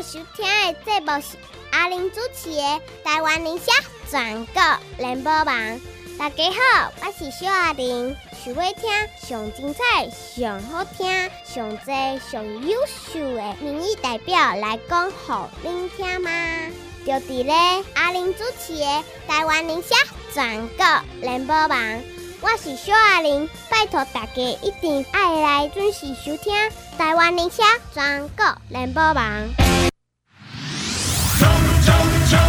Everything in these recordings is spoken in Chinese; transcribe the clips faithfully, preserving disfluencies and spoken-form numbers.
收听的节目是阿玲主持的《台湾理想全国联播网》。大家好，我是小阿玲。想要听上精彩、上好听、上多、上优秀的民意代表来讲，给您听吗？就伫咧阿玲主持的《台湾理想全国联播网》。我是小阿玲，拜托大家一定要来准时收听台湾理想全国联播网。冲冲冲！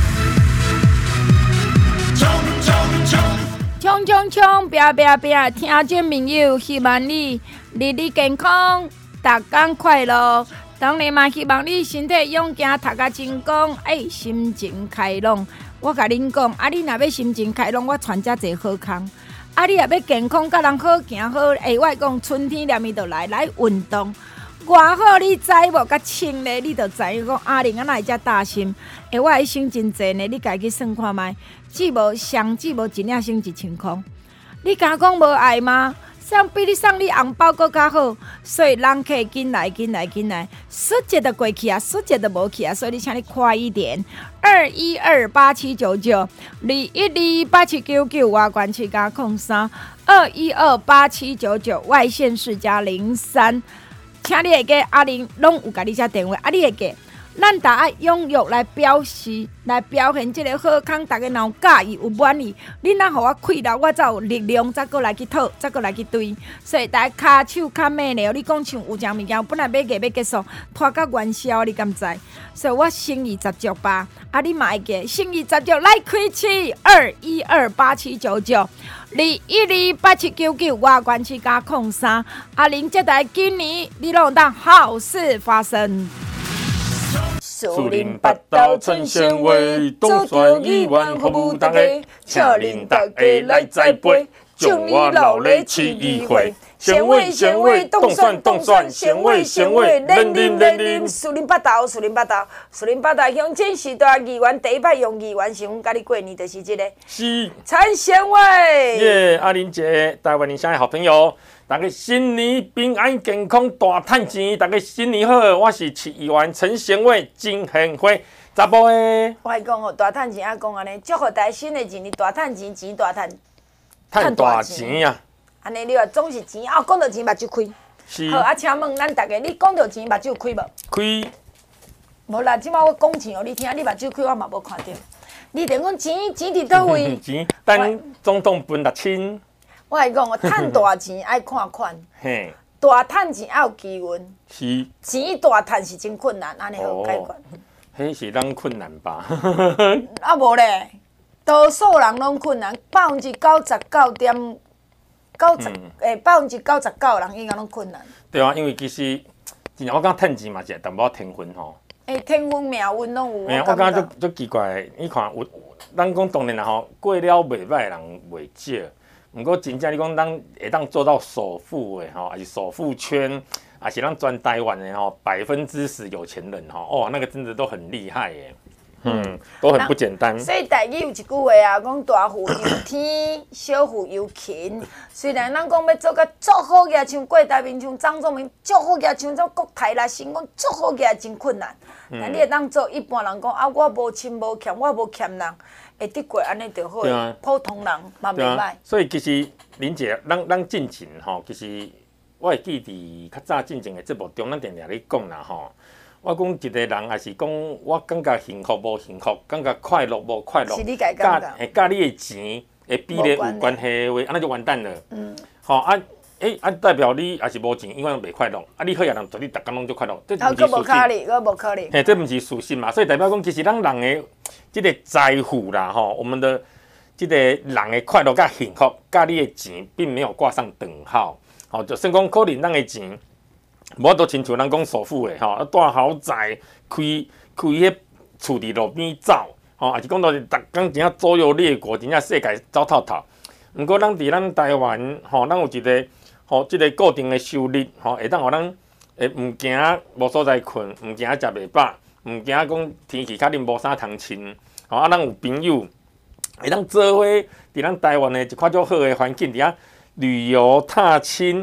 冲冲冲！冲冲冲！拼拼拼！听众朋友，希望你日日健康，逐天快乐。当然嘛，希望你身体勇健，读甲成功，哎，心情开朗。我甲恁讲，啊，你若要心情开朗，我传遮济好康。啊，你若要健康，甲人好行好，哎，我讲春天连伊就来来运动，偌好你知无？甲清咧，你就知影讲阿玲啊，哪会遮大心？哎，我会省真济呢，你家己算看觅，只无上只无一领省一千箍，你敢讲无爱吗？送比你送你红包搁较好，所以人客紧来紧来紧来，暑节就过去啊，暑节就无去啊，所以你请你快一点。二一二八七九九，二一二八七九九，外关七加空三，二一二八七九九，外县市加零三，请你会记阿玲拢有甲你遮电话，啊，你会记。咱大家踊跃来表示，来表现这个好康，大家若有介意、有满意，你若互我开导，我才有力量，再过来去讨，再过来去对。所以大家骹手较慢咧，你讲像有一项物件，本来要价要结束，拖到元宵，你敢知？所以我心意十足吧，啊，你嘛会记，心意十足来开启二一二八七九九，二一二八七九九，外关七加空三，阿玲这台今年你拢当好事发生。 树林八道春鲜味，东山一湾服务大家，请恁大家来栽培，种我老咧饲一回。鲜味鲜味，冻蒜冻蒜，鲜味鲜味，连啉连啉。 树林八道，树林八道，树林八道乡镇时代议员第一摆用议员想甲你过年，就是这个。 是。 产鲜味。 耶，阿玲姐，台湾理想的好朋友。大家新年平安健康大赚钱，大家新年好！我是市议员陈贤伟、金贤辉，查甫的。 我来讲哦，大赚钱啊，讲安尼，祝福大家新的一年大赚钱，钱大赚， 赚大钱呀！ 安尼你话总是钱啊，讲到钱目睭开。 是。 好啊，请问咱大家，你讲到钱目睭开无？ 开。 无啦，即摆我讲钱哦，你听，你目睭开我嘛无看到。你连讲钱钱伫倒位？ 钱，等总统分六千。 我来讲哦，赚大钱爱看款， 嘿， 大赚钱爱有机运， 是钱大赚是真困难，安尼好解决。 迄是咱困难吧？ 啊无咧，多数人拢困难，百分之九十九点九十诶，百分之九十九人应该拢困难。 对啊，因为其实真正我讲趁钱嘛，是淡薄天分吼。 诶，天分命运拢有。 哎，我感觉足足奇怪，你看有，咱讲当然啦吼，过了袂歹人袂少。毋过真正你讲，咱会当做到首富的吼，还是首富圈，还是咱全台湾的吼，百分之十有钱人吼，哦，那个真的都很厉害耶，嗯，都很不简单。 所以台语有一句话啊，讲大富由天，小富由勤。虽然咱讲要做个足好个，像郭台铭、像张忠谋足好个，像做国泰啦、新光足好个，真困难。但、嗯、你会当做一般人讲啊，我无亲无欠，我无欠人。会得过安尼就好，啊、普通人嘛袂歹。 所以其实林姐，咱咱进前吼，其实我会记伫较早进前的节目中，咱定定咧讲啦吼。我讲一个人，还是讲我感觉幸福无幸福，感觉快乐无快乐， 是你家感觉。 甲你的钱会比例有关系的话，安尼就完蛋了。嗯。吼啊，诶啊，代表你也是无钱，永远袂快乐。啊，你好也人，绝对逐工拢就快乐，这毋是事实。 无可能，我无可能。 嘿，这毋是事实嘛，所以代表讲，其实咱人的。这个财富啦，吼，我们的这个人的快乐甲幸福，甲你的钱并没有挂上等号。吼，就算讲可能咱的钱，无法度亲像咱讲首富的吼，住豪宅，开开迄厝伫路边走，吼，也是讲到是逐工真正周游列国，真正世界走透透。毋过咱伫咱台湾，吼，咱有一个吼，即、这个固定的收入，吼，会当互咱诶毋惊无所在困，毋惊食袂饱。毋惊讲天气较冷无啥通穿，吼啊！咱有朋友会当做伙伫咱台湾的一块足好的环境底下旅游踏青，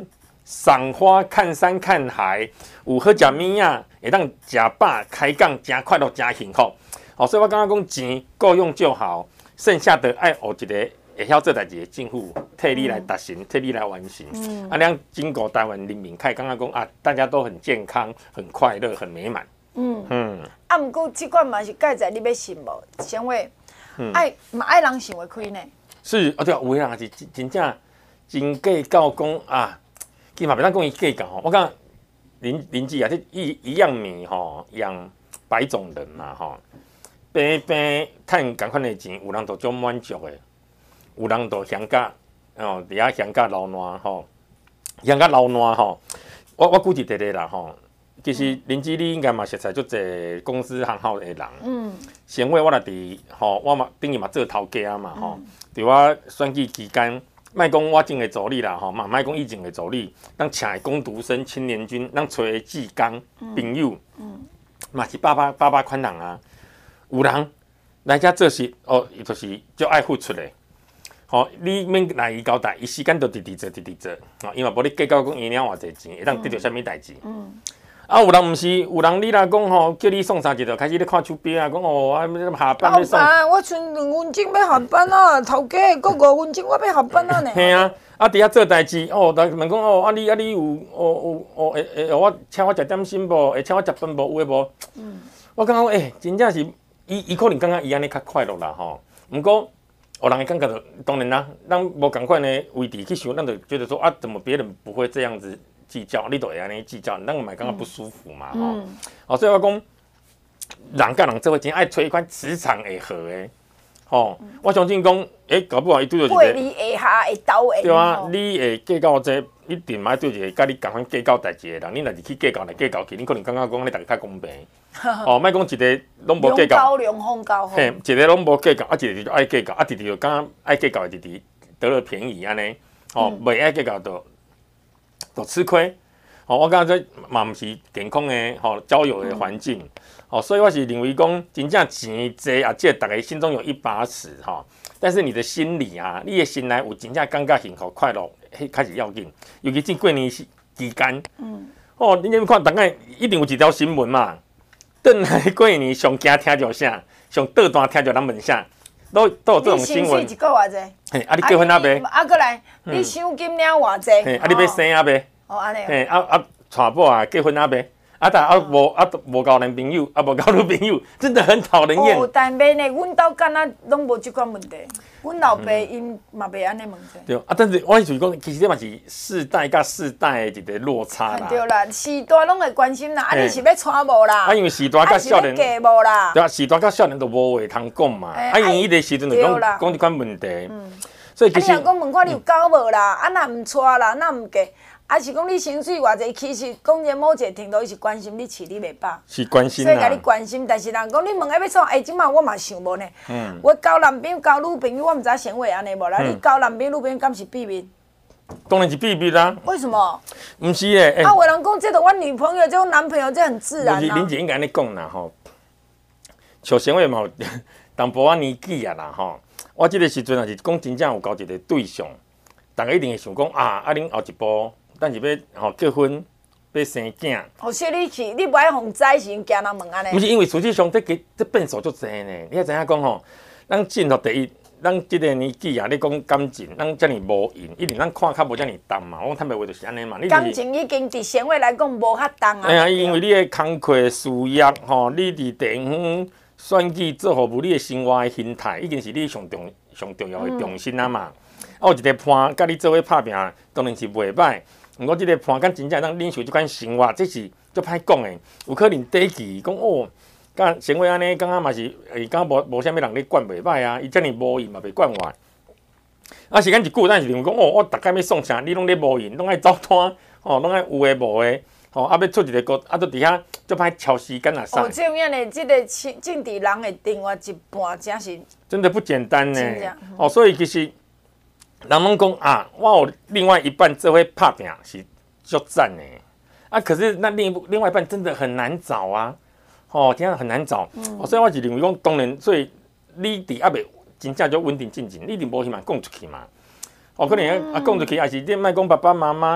赏花、看山、看海，有好食物啊，会当食饱、开讲、真快乐、真幸福。哦，所以我感觉讲钱够用就好，剩下的爱学一个会晓做代志的政府，替你来达成，替你来完成。嗯、啊，咱经过台湾人民，开感觉讲啊，大家都很健康、很快乐、很美满。嗯嗯。 啊，毋过即款嘛是介在你要信无？先话，爱嘛爱人想会开呢。是， 哦对啊，有的人是真正真计较讲啊，其实嘛袂当讲伊计较吼。我讲邻邻居啊，这一一样米吼，养百种人嘛吼。平平趁共款的钱，有人都足满足的，有人都乡甲哦，伫遐乡甲流烂吼，乡甲流烂吼。我我举一个例啦吼。其实林志你应该嘛熟悉足侪公司行号的人。嗯。先话我来伫吼，我嘛等于嘛做头家啊嘛吼。伫、嗯、我选举期间，莫讲我种的助理啦吼，嘛莫讲以前的助理，咱请的工读生、青年军，咱找的志工朋友，嗯，嘛、嗯、是百百百百款人啊。有人来遮做事，哦，伊就是足爱付出的。吼、哦，你免来伊交代，伊时间都直直做，直直做。哦，因为无你计较讲伊领偌济钱，会当得到啥物代志。嗯。啊，有人毋是，有人你来讲吼，叫你送啥一就开始咧看手表啊，讲哦，啊下班要送。 啊，我剩两分钟要下班啊，头家搁五分钟我要下班啊呢。 嘿啊，啊伫遐做代志，哦，人问讲哦，啊你啊你有哦哦哦，会会我请我食点心无？会请我食饭无？有诶无？嗯。我感觉诶、欸，真正是伊伊可能感觉伊安尼较快乐啦吼。毋过，有人会感觉到，当然啦，咱无共款的位置去想，咱就觉得说啊，怎么别人不会这样子？计较，你都会安尼计较，咱个嘛感觉不舒服嘛吼、嗯。哦，所以我讲，人甲人做伙真爱找一款磁场会合的，吼、嗯。我相信讲，诶、欸，搞不好伊对着一个。 对你下下会斗的。 对啊，你会计较这，一定嘛对一个甲你共款计较代志的人，你若是去计较来计较去，你可能感觉讲你大家较公平。哦，莫讲一个拢无计较。 两方交嘿，一个拢无计较，啊一个就爱计较，啊一个就感觉爱计较的，直直得了便宜安尼，哦，袂、嗯、爱计较就。都吃亏，哦，我感觉这嘛毋是健康的吼交友的环境，哦，所以我是认为讲，真正钱多啊，即大家心中有一把尺哈，但是你的心里啊，你的心内有真正感觉幸福快乐，迄开始要紧，尤其这过年期间，嗯，哦，你有看大概一定有一条新闻嘛，转来过年上惊听着啥，上倒单听着人问啥。都都有这种新闻。 你薪水一个偌济？ 嘿，啊，你结婚啊未？ 啊，过来，你奖金领偌济？ 嘿，啊，你要生啊未？ 哦，安尼。 嘿，啊啊，娶某啊，结婚啊未？啊，但啊无啊无交男朋友，啊无交女朋友，真的很讨人厌。 哦，但袂呢，阮兜敢若拢无即款问题。阮老爸因嘛袂安尼问者。 对啊，但是我就是讲，其实这嘛是世代甲世代的一个落差啦。 对啦，时代拢会关心啦，啊，你是要娶无啦？ 啊，因为时代甲少年， 嫁无啦？ 对啊，时代甲少年都无话通讲嘛。啊，因为伊个时阵就讲讲即款问题。嗯。所以其实。啊，你若讲问看你有交无啦？啊，若毋娶啦，若毋嫁？啊，是讲你薪水偌济，其实讲者某一个程度，伊是关心你饲你袂饱， 是关心啦。 所以甲你关心，但是人讲你问下要创，哎，即马我嘛想无呢。嗯。我交男朋友、交女朋友，我毋知先话安尼无啦。嗯、你交男朋友、女朋友，敢是秘密？ 当然是秘密啦。 为什么？ 毋是诶。欸、 啊，有人讲这个我女朋友，这种男朋友，这很自然啊。 林姐应该安尼讲啦吼，像先话嘛，淡薄仔年纪啊啦吼。我即个时阵也是讲真正有交一个对象，大家一定会想讲啊，啊，恁后一步。但是要吼结婚，要生囝。 哦，所以你是你不爱互知是因惊人问安尼？ 不是，因为实际上这个这变数足济呢。你也知影讲吼，咱进入第一，咱即个年纪啊，你讲感情，咱遮尔无闲，一定咱看较无遮尔重嘛。我坦白话就是安尼嘛。你感情已经伫社会来讲无遐重啊。 哎呀，因为你的工课事业吼，你伫地方选举做服务，你的生活的心态已经是你上重上重要的重心啊嘛。嗯、啊，有一个伴，甲你做伙拍拼，当然是袂歹。毋过，即个伴敢真正当忍受即款生活，这是足歹讲的。有可能短期讲哦，甲生活安尼，感觉嘛是，诶，感觉无无啥物人咧管袂歹啊。伊遮尔无闲嘛，袂管我。啊，时间一久，咱是认为讲哦，我逐工要送啥，你拢咧无闲，拢爱走摊，哦，拢爱有诶无诶，吼，啊要出一个国，啊都伫遐足歹超时间啊啥。 哦，这样的即个政治人的电话一半，真是真的不简单呢。哦，所以其实。人拢讲啊，我有另外一半这会拍拼是足赞的啊，可是那另另外一半真的很难找啊，哦，真的很难找，嗯哦、所以我是认为讲，当然，所以你伫还袂真正就稳定进前，你一定无希望讲出去嘛，哦，可能啊讲出去，还是你莫讲爸爸妈妈，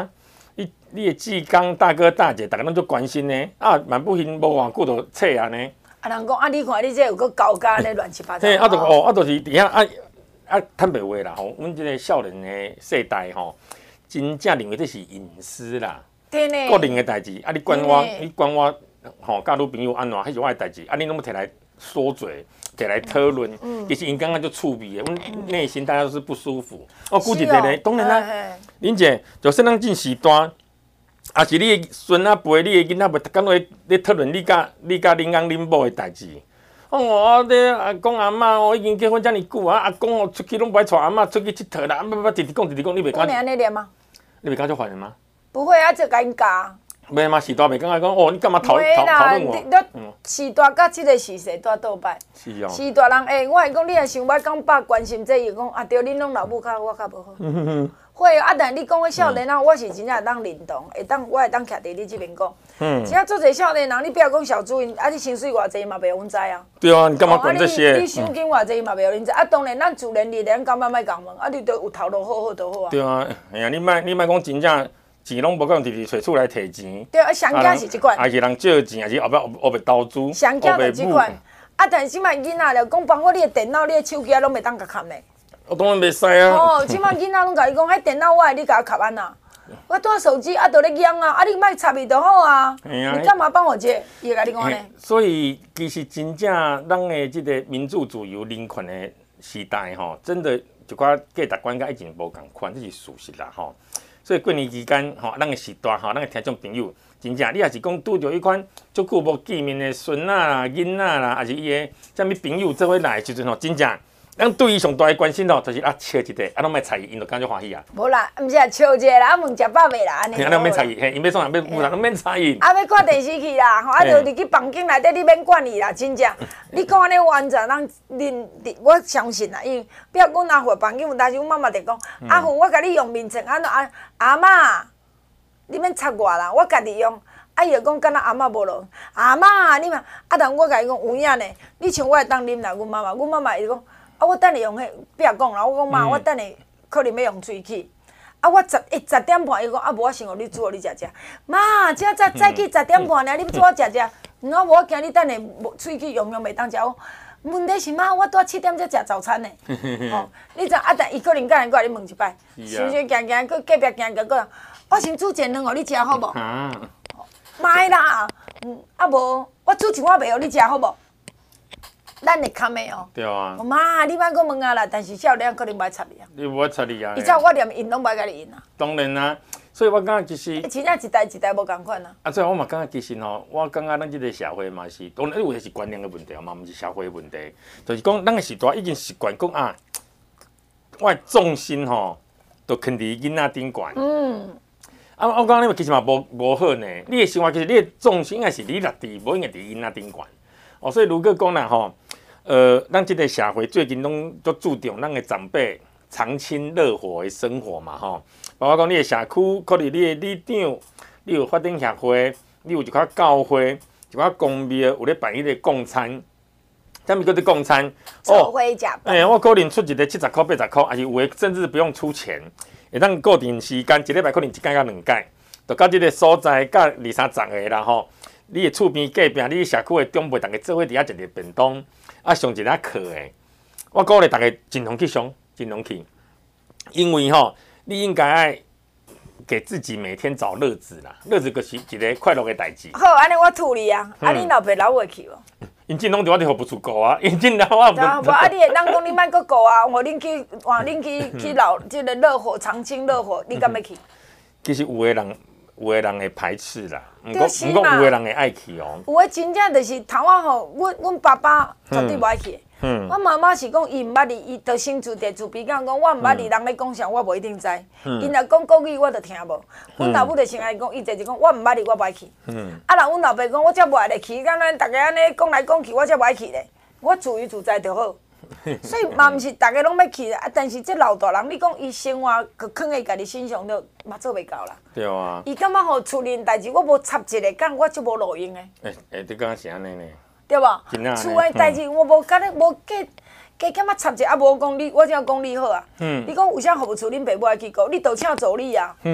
你你的志刚大哥大姐，大家拢足关心呢。啊，蛮不幸无偌久就撤啊呢。 啊，人讲啊，你看你这有个高家咧乱七八糟。 嘿，啊，就哦，啊，就是伫遐啊啊，坦白话啦吼，阮即个少年的世代吼，真正认为这是隐私啦， 对呢。 个人的代志，啊，你管我，你管我吼，甲女朋友安怎，迄是我的代志，啊，你拢要摕来说嘴。摕来讨论，嗯、其实因刚刚就触鼻的，阮内心大家都是不舒服。我估计咧，当然啦，恁姐就说咱进时段，也是你的孙仔陪你的囡仔，袂逐工咧咧讨论你甲你甲恁翁恁某的代志。哦，我咧阿公阿嬷哦，已经结婚遮尔久啊，阿公哦出去拢不爱带阿嬷出去佚佗啦，啊不不，直直讲直直讲，你袂敢？ 你安尼念吗？ 你袂敢做坏人吗？ 不会啊，这尴尬。 袂嘛，时代袂感觉讲哦，你干嘛讨讨讨论我？ 嗯，时代甲即个时势带倒摆。 是哦。 时代人诶，我会讲，你若想要讲把关心这伊讲啊，对，恁拢老母较我较无好。会啊，但你讲个少年人，我是真正会当认同，会当我会当徛伫你即边讲。嗯。只要做者少年人，你不要讲小猪因，啊，你薪水偌济嘛，袂阮知啊。 对啊，你干嘛管这些？ 你奖金偌济嘛，袂阮知。啊，当然，咱自然力咱敢莫莫讲问，啊，你都有头路好好就好啊。 对啊，哎呀，你莫你莫讲真正。钱拢无讲，直直找厝来摕钱。 对啊，上囝是即款。 还是人借钱，还是后壁后壁投资。 上囝就即款。啊，但是即摆囡仔了，讲帮我你的电脑、你的手机拢袂当甲砍的。 我当然袂使啊。 哦，即摆囡仔拢甲伊讲，迄电脑我的，你甲我砍安那？我带手机啊，都咧养啊，啊你莫插伊就好啊。你干嘛帮我借？伊会甲你讲呢？ 所以其实真正咱的即个民主自由人权的时代吼，真的一寡价值观甲以前无共款，这是事实啦吼。所以过年期间，吼，咱个时代，吼，咱个听众朋友，真正你也是讲拄着迄款足久无见面的孙仔啦、囡仔啦，还是伊个啥物朋友做伙来的时阵吼，真正咱对伊上大的关心咯，就是啊，笑一个，啊，拢莫睬伊，因就感觉欢喜啊。 无啦，毋是啊，笑一个啦，啊，问食饱未啦，安尼。 啊，拢免睬伊，嘿，伊要创啥要有人拢免睬伊。 啊，要看电视去啦，吼，啊，就入去房间内底，你免管伊啦，真正。你讲安尼完全，咱恁，我相信啦，因为不要讲阿虎房间，有当时阮妈妈伫讲，阿虎，我甲你用面层，安怎阿阿嬷，你免插我啦，我家己用。啊，伊就讲，敢若阿嬷无咯，阿嬷，你嘛，啊，但我甲伊讲有影呢，你像我会当啉啦，阮妈妈，阮妈妈伊讲。啊！我等下用迄，不要讲啦。我讲妈，我等下可能要用喙齿。啊！我十一十点半，伊讲啊，无我先互你煮互你食食。妈，这早早起十点半呢，你要煮我食食。我无我惊你等下无喙齿用用袂当食。问题是妈，我拄七点才食早餐呢。哦，你知啊？但伊可能个人过来你问一摆，想想行行，佮隔壁行行过，我先煮煎卵互你食好无？歹啦，嗯，啊无我煮一碗糜互你食好无？咱会堪的哦。对啊。妈，你莫阁问啊啦，但是少年可能袂插你啊。 你无插你啊？ 伊照我连因拢袂甲你因啊。 当然啦，所以我感觉其实。 真正一代一代无共款啊。 啊，所以我嘛感觉其实吼，我感觉咱即个社会嘛是，当然有的是观念的问题嘛，毋是社会的问题。就是讲，咱的时代已经习惯讲啊，我的重心吼，都囥伫囡仔顶悬。嗯。啊，我讲你其实嘛无无好呢。你的生活其实你的重心应该是你落地，无应该伫囡仔顶悬。哦，所以如果讲啦吼。呃，咱即个社会最近拢足注重咱个长辈长青乐活的生活嘛，吼。包括讲你的社区，可能你的里长，你有发展协会，你有一寡教会，一寡公庙有咧办迄个供餐，啥物叫做供餐？ 哦， 哎、欸，我可能出一个七十块、八十块，还是有诶甚至不用出钱，会当固定时间，一礼拜可能一届到两届，就到即个所在，到二三十个啦吼。你的厝边隔壁，你社区的长辈，大家做伙伫遐食个便当。啊，上一个课诶，我鼓励大家尽量去上，尽量去，因为吼，你应该爱给自己每天找乐子啦，乐子就是一个快乐的代志。 好，安尼我吐你啊，啊，你老爸留会去无？ 因真拢伫我伫服务处顾啊，因真了我。 无啊，你会当讲你莫阁顾啊，我恁去，换恁去去老即个乐活长青乐活，你敢要去？ 其实有诶人。有诶人会排斥啦，毋过毋过有诶人会爱去哦。 有诶真正就是头仔吼，阮阮爸爸绝对无爱去。嗯。我妈妈是讲伊毋捌哩，伊就先自地自闭讲讲，我毋捌哩人咧讲啥，我无一定知。嗯。因若讲国语，我就听无。阮老母就先爱讲，伊就是讲我毋捌哩，我无爱去。嗯。啊，若阮老爸讲，我则无爱咧去，敢咱逐个安尼讲来讲去，我则无爱去咧。我自由自在就好。所以嘛，毋是逐个拢要去啊，但是这老大人，你讲伊生活佮囥喺家己身上了，嘛做袂到啦。 对啊。 伊感觉吼厝里代志，我无插一个讲，我就无路用诶。 诶诶，你讲是安尼呢？ 对无？厝诶代志，我无甲你无加加减啊插一个，啊无讲你，我只讲你好啊。嗯。你讲有啥服务处恁爸母爱去顾？你倒请助理啊。嗯。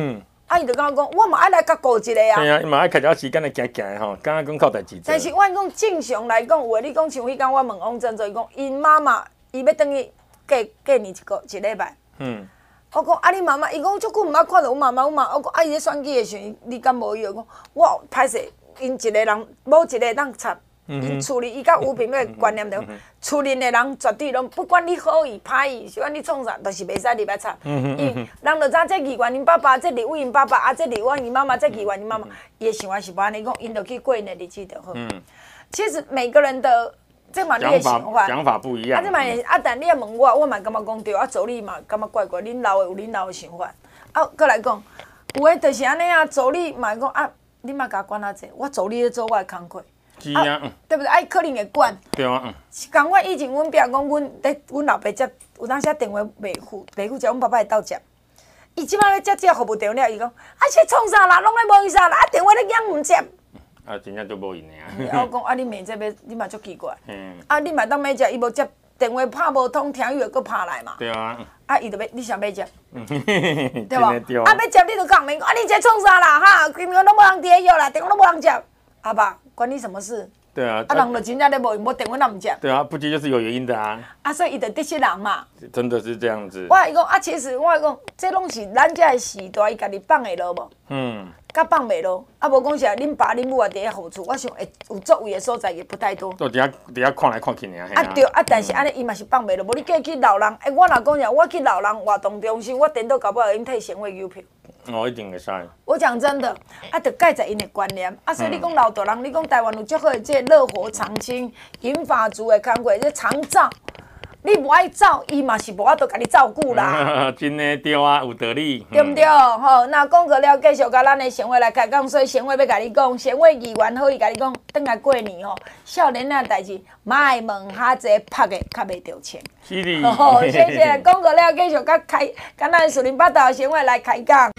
啊，伊就讲讲，我嘛爱来甲顾一个啊。 对啊，伊嘛爱开条时间来行行吼，敢若讲靠代志做。 但是我讲正常来讲，有诶，你讲像迄天我问王振做，伊讲因妈妈伊要等于过过年一个一礼拜。嗯。我讲啊，你妈妈，伊讲足久毋捌看到阮妈妈，阮妈，我讲啊，伊咧选举诶时阵，你敢无伊？我讲我歹势，因一个人无一个当插。因厝里伊甲吴平个观念着，厝里的人绝对拢不管你好意歹意，是管你创啥，都是袂使入来插。伊人就知这议员因爸爸，这立委因爸爸，啊这立委因妈妈，这议员因妈妈，伊的想法是无安尼讲，因就去过因的日子就好。其实每个人的这嘛你的想法， 想法不一样。 啊这嘛啊，但你也问我，我嘛感觉讲对，啊助理嘛感觉怪怪，恁老的有恁老的想法。啊，搁来讲，有诶就是安尼啊，助理嘛讲啊，你莫甲我管啊济，我助理咧做我的工课。 是啊，嗯、 对不对？爱可能会管。 对啊，嗯。 共我以前，阮爸讲，阮咧，阮老爸接，有当时电话袂付，袂付接，阮爸爸会斗接。伊即摆咧接这服务电话，伊讲，啊，这创啥啦？拢咧无意思啦，啊，电话咧响毋接。 啊，真正都无用的啊。我讲，啊，你骂这要，你嘛足奇怪。嗯。啊，你嘛当买接，伊无接电话拍无通，听语会搁拍来嘛。 对啊。 啊，伊就要，你想要接？ 对无？ 对啊，要接你就讲明，啊，你这创啥啦？哈，根本都无人伫晓啦，电话都无人接。阿爸，关你什么事？ 对啊， 啊，人就真正咧无用，无电话那唔接。 对啊，不接就是有原因的啊。 啊，所以伊就得失人嘛。 真的是这样子。 我伊讲啊，其实我讲，这拢是咱遮的时代，伊家己放会落无？嗯。甲放袂落，啊无讲是恁爸恁母也伫遐好处，我想会有作为的所在也不太多。 都伫遐伫遐看来看去尔。 啊对，啊但是安尼伊嘛是放袂落，无你叫去老人，哎，我若讲呀，我去老人活动中心，我电脑搞不好因退闲话邮票。 哦，一定会使。 我讲真的，啊，着改在因的观念。啊，所以你讲老大人，你讲台湾有足好的这乐活长青、银发族的工课，这长照，你无爱照，伊嘛是无法度甲你照顾啦。 真的对啊，有道理。 对毋对？吼，那讲过了，继续甲咱的生活来开讲。所以生活要甲你讲，生活议员好伊甲你讲，等来过年吼，少年仔代志，莫问哈济拍的较袂着钱。 是的。 好，谢谢。讲过了，继续甲开，甲咱树林八道生活来开讲。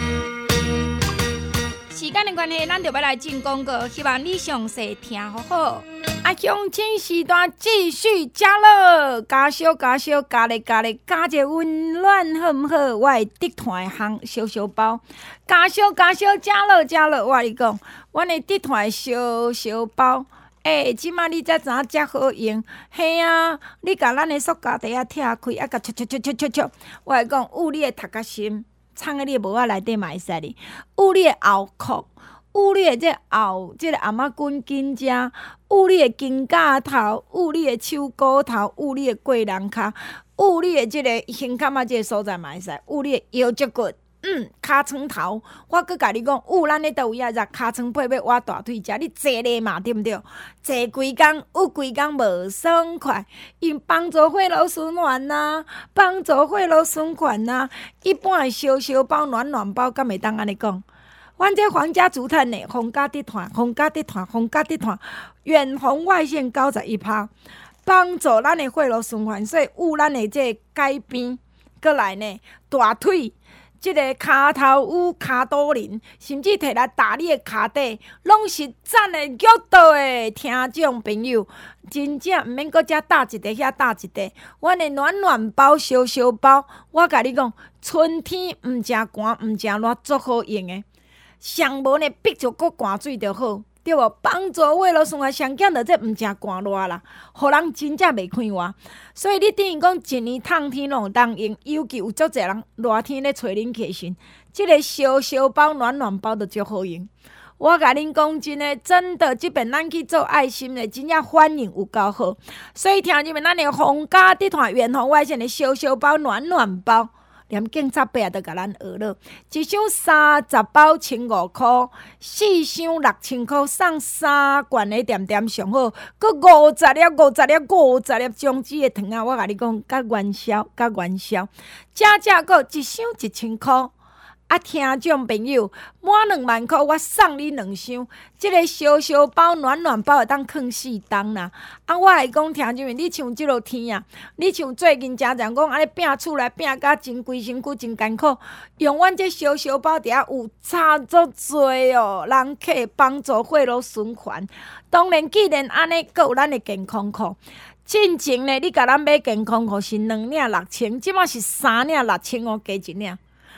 时间的关系，咱就要来进广告，希望你详细听好好。啊，乡亲时段继续加热，加烧加烧，加热加热，加一温暖好唔好？我的地团行烧烧包，加烧加烧，加热加热。我跟你讲，阮的地团烧烧包，诶、欸，即摆你才知影遮好用。嘿啊，你甲咱的塑胶袋啊拆开，啊，甲切切切切切切。我跟你讲，捂你的头壳心。藏喺你的帽仔内底嘛会使哩，捂你的后裤，捂你的这后这个阿嬷滚筋只，捂你的肩胛头，捂你的手骨头，捂你的过人骹，捂你的这个胸坎仔这个所在嘛会使，捂你的腰脊骨，嗯，尻川头，我搁甲你讲，捂咱咧倒位啊，热尻川配要挖大腿食，你坐咧嘛对毋对？坐规工，有规工无爽快，因帮助血流循环呐、啊，帮助血流循环呐、啊。一般的烧烧包、暖暖包，敢会当安尼讲？阮这皇家竹炭呢，红家地团、红家地团、红家地团，远红外线九十一趴，帮助咱的血流循环，所以有咱的这改变，过来呢，大腿。即个骹头有骹肚仁，甚至摕来打你的骹底，拢是赞的脚道的听众朋友，真正毋免搁遮搭一块遐搭一块。阮的暖暖包、烧烧包，我甲你讲，春天毋诚寒，毋诚热，足好用的。上无呢，逼着搁寒水就好，对无？帮助血流循环上减着这毋诚寒热啦，互人真正袂快活。所以你等于讲一年冬天拢有当用，尤其有足侪人热天咧找恁客信，即、这个烧烧包、暖暖包就足好用。我甲恁讲真诶，真的，即边咱去做爱心诶，真正反应有够好。所以听入面咱的皇家地团远红外线的烧烧包、暖暖包。连警察伯也都甲咱学了，一箱三十包千五箍，四箱六千箍，送三罐的点点上好，佮五十粒、五十粒、五十粒种子的糖啊！我甲你讲，甲元宵，甲元宵，正正佮一箱一千箍。啊，听众朋友，满两万块，我送你两箱。即、这个烧烧包、暖暖包会当放四冬啦。啊，我会讲听众朋友，你像即落天啊，你像最近常常讲安尼拼厝内拼甲真规身躯真艰苦，用阮这烧烧包底下有差足多哦，人客帮助血流循环。当然，既然安尼，佮有咱的健康裤。进前呢，你甲咱买健康裤是两领六千，即马是三领六千哦，加一领。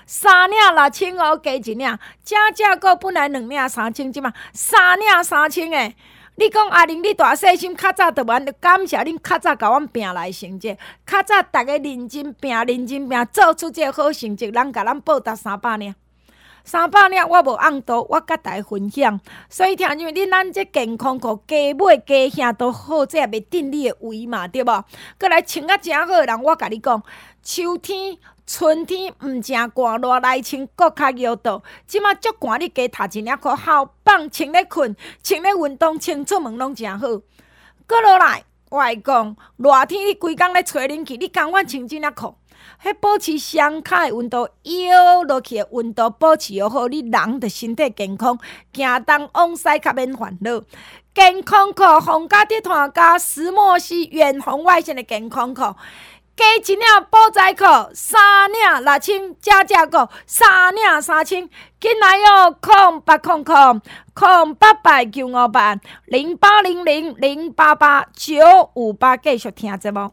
三领六千哦，加一领，正正个本来两领三千，即嘛三领三千诶。你讲阿玲，你大细心，较早就完，感谢恁较早甲阮拼来成绩，较早逐个认真拼、认真拼，做出这个好成绩，人甲咱报答三百领。三百领我无按度，我甲大家分享。所以听众，恁咱这健康裤加买加兄都好，这也袂定你的胃嘛，对无？过来穿啊真好的人，我甲你讲，秋天。春天毋正寒，热来穿搁较摇倒。即马足寒，你加摕一领裤，好放穿咧困，穿咧运动，穿出门拢诚好。搁落来，我会讲，热天你规工咧吹冷气，你甘愿穿即领裤？迄保持双脚的温度，摇落去的温度保持又好，你人的身体健康，行东往西较免烦恼。健康裤，皇家集团加石墨烯远红外线的健康裤。加一领保材裤，三领六千，加价购三领三千，紧来哦！空八空空空八八九五八零八零零零八八九五八，继续听节目。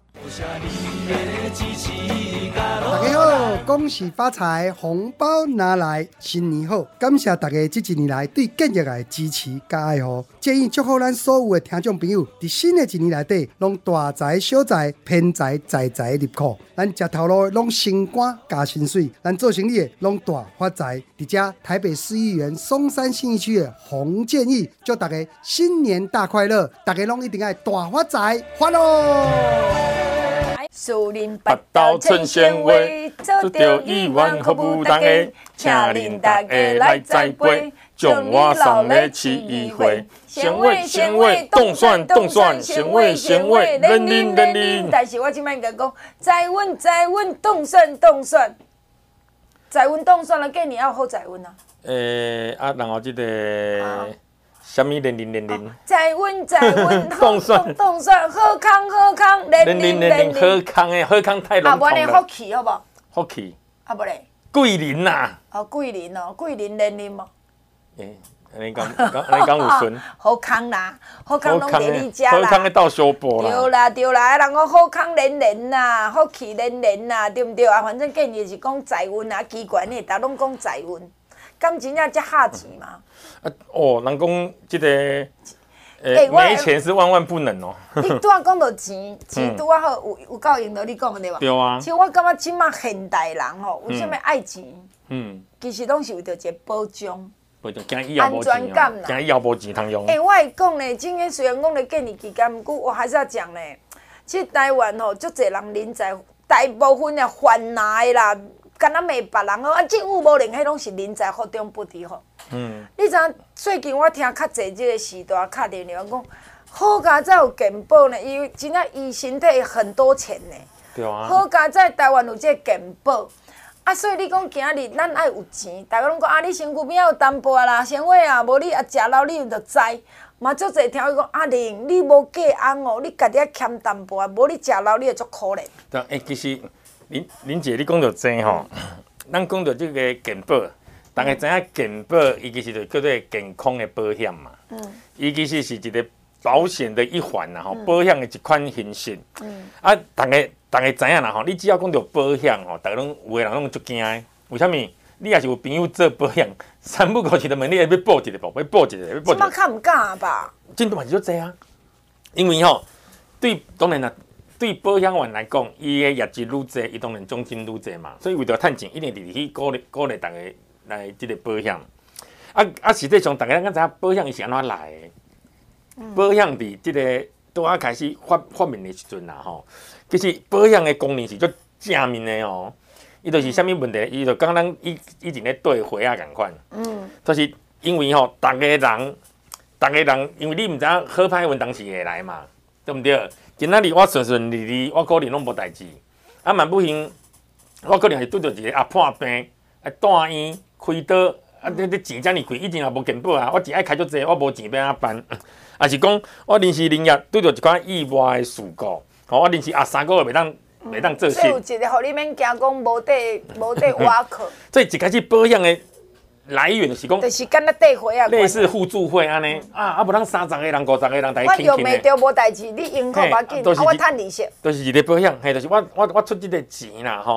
大家好，恭喜发财，红包拿来，新年好！感谢大家这一年来对建业的支持加爱护，建议祝福咱所有的听众朋友，在新的一年内底，拢大财小财，偏财财财入库。咱吃头路的拢升官加薪水，咱做生意的拢大发财。伫遮台北市议员松山信义区的洪建义，祝大家新年大快乐，大家拢一定要大发财，发咯！ 树林八斗春鲜花，做着亿万服务大家，请恁大家来栽培，将我送来饲鱼花。鲜花鲜花，冻蒜冻蒜，鲜花鲜花，嫩嫩嫩嫩。但是我即摆甲讲，栽阮栽阮，冻蒜冻蒜，栽阮冻蒜了，过年要好栽阮啊。诶， 啊，然后即个。什么零零零零？ 在阮在阮，冻蒜冻蒜，好康好康，零零零零， 好康诶，好康太笼统了。 啊，无咧福气好无？ 福气。 啊，无咧。 桂林呐。 哦，桂林哦，桂林零零无。 诶，安尼讲，安尼讲有顺。 好康啦，好康拢伫你家啦。 好康诶到小波啦。 对啦对啦，人讲好康连连啦，福气连连啦，对毋对啊？反正建议是讲财运啊，奇怪呢，逐拢讲财运。敢真正遮哈钱吗？ 啊哦，人讲即个，诶，没钱是万万不能哦。 你拄仔讲到钱，钱拄仔好有有够用到你讲的对吧？ 对啊。 其实我感觉即马现代人吼，为什么爱钱？ 嗯。 其实拢是为着一个保障。 保障，惊以后无钱哦。惊以后无钱通用。 诶，我会讲咧，今天虽然讲咧建议期间，不过我还是要讲咧，其实台湾吼，足侪人人才，大部分的犯难的啦。敢若骂别人哦，啊，政府无能，迄拢是人才福中不知吼。嗯。你知影最近我听较侪即个时代敲电话讲，好佳才有健保呢，伊真正伊身体很多钱呢。 对啊。 好佳才台湾有即个健保，啊，所以你讲今日咱爱有钱，大家拢讲啊，你身躯边有淡薄啦，生活啊，无你啊食老你就知。嘛，足侪听伊讲阿玲，你无嫁翁哦，你家己啊欠淡薄啊，无你食老你会足可怜。 对，诶，其实。林林姐，你讲到真吼，咱讲到这个健保，大家知影健保，伊其实就叫做健康的保险嘛。嗯。伊其实是一个保险的一环啦，吼、嗯，保险的一款形式。嗯。啊，大家大家知影啦，吼，你只要讲到保险吼，大家拢有个人拢足惊的。为虾米？你也是有朋友做保险，三不五时就问你要报一个无？要报一个？要报一个？ 即马较毋敢吧？ 真都嘛是足济啊，因为吼，对，当然啦。对保险员来讲，伊的业绩愈济，伊当然奖金愈济嘛。所以为着趁钱，一定直去鼓励鼓励大家来即个保险。啊啊，实际上大家敢知影保险伊是安怎来的？嗯、保险伫即个拄啊开始发发明的时阵啦，吼，其实保险的功能是足正面的哦。伊就是啥物问题？伊就讲咱以以前咧兑货啊共款。嗯。就是因为吼，逐个人，逐个人，因为你毋知影好歹运当时会来嘛，对毋对？今仔日我顺顺利利，我可能拢无代志。啊，万不幸，我可能是拄着一个啊破病，啊住院开刀，啊这这钱遮尔贵，以前也无健保啊，我钱爱开足济，我无钱要安怎办？啊是讲我临时临业拄着一款意外的事故，吼我临时啊三个月袂当袂当做事。 所以有一个，互你免惊讲无地无地挖课。 所以一开始保险的来源就是讲， 就是敢若地会啊， 类似互助会安尼啊，啊无咱三十个人、五十个人大家倾倾的。 我用袂着无代志，你用好把紧，啊我趁利息。 就是一个保险，嘿，就是我我我出即个钱啦吼，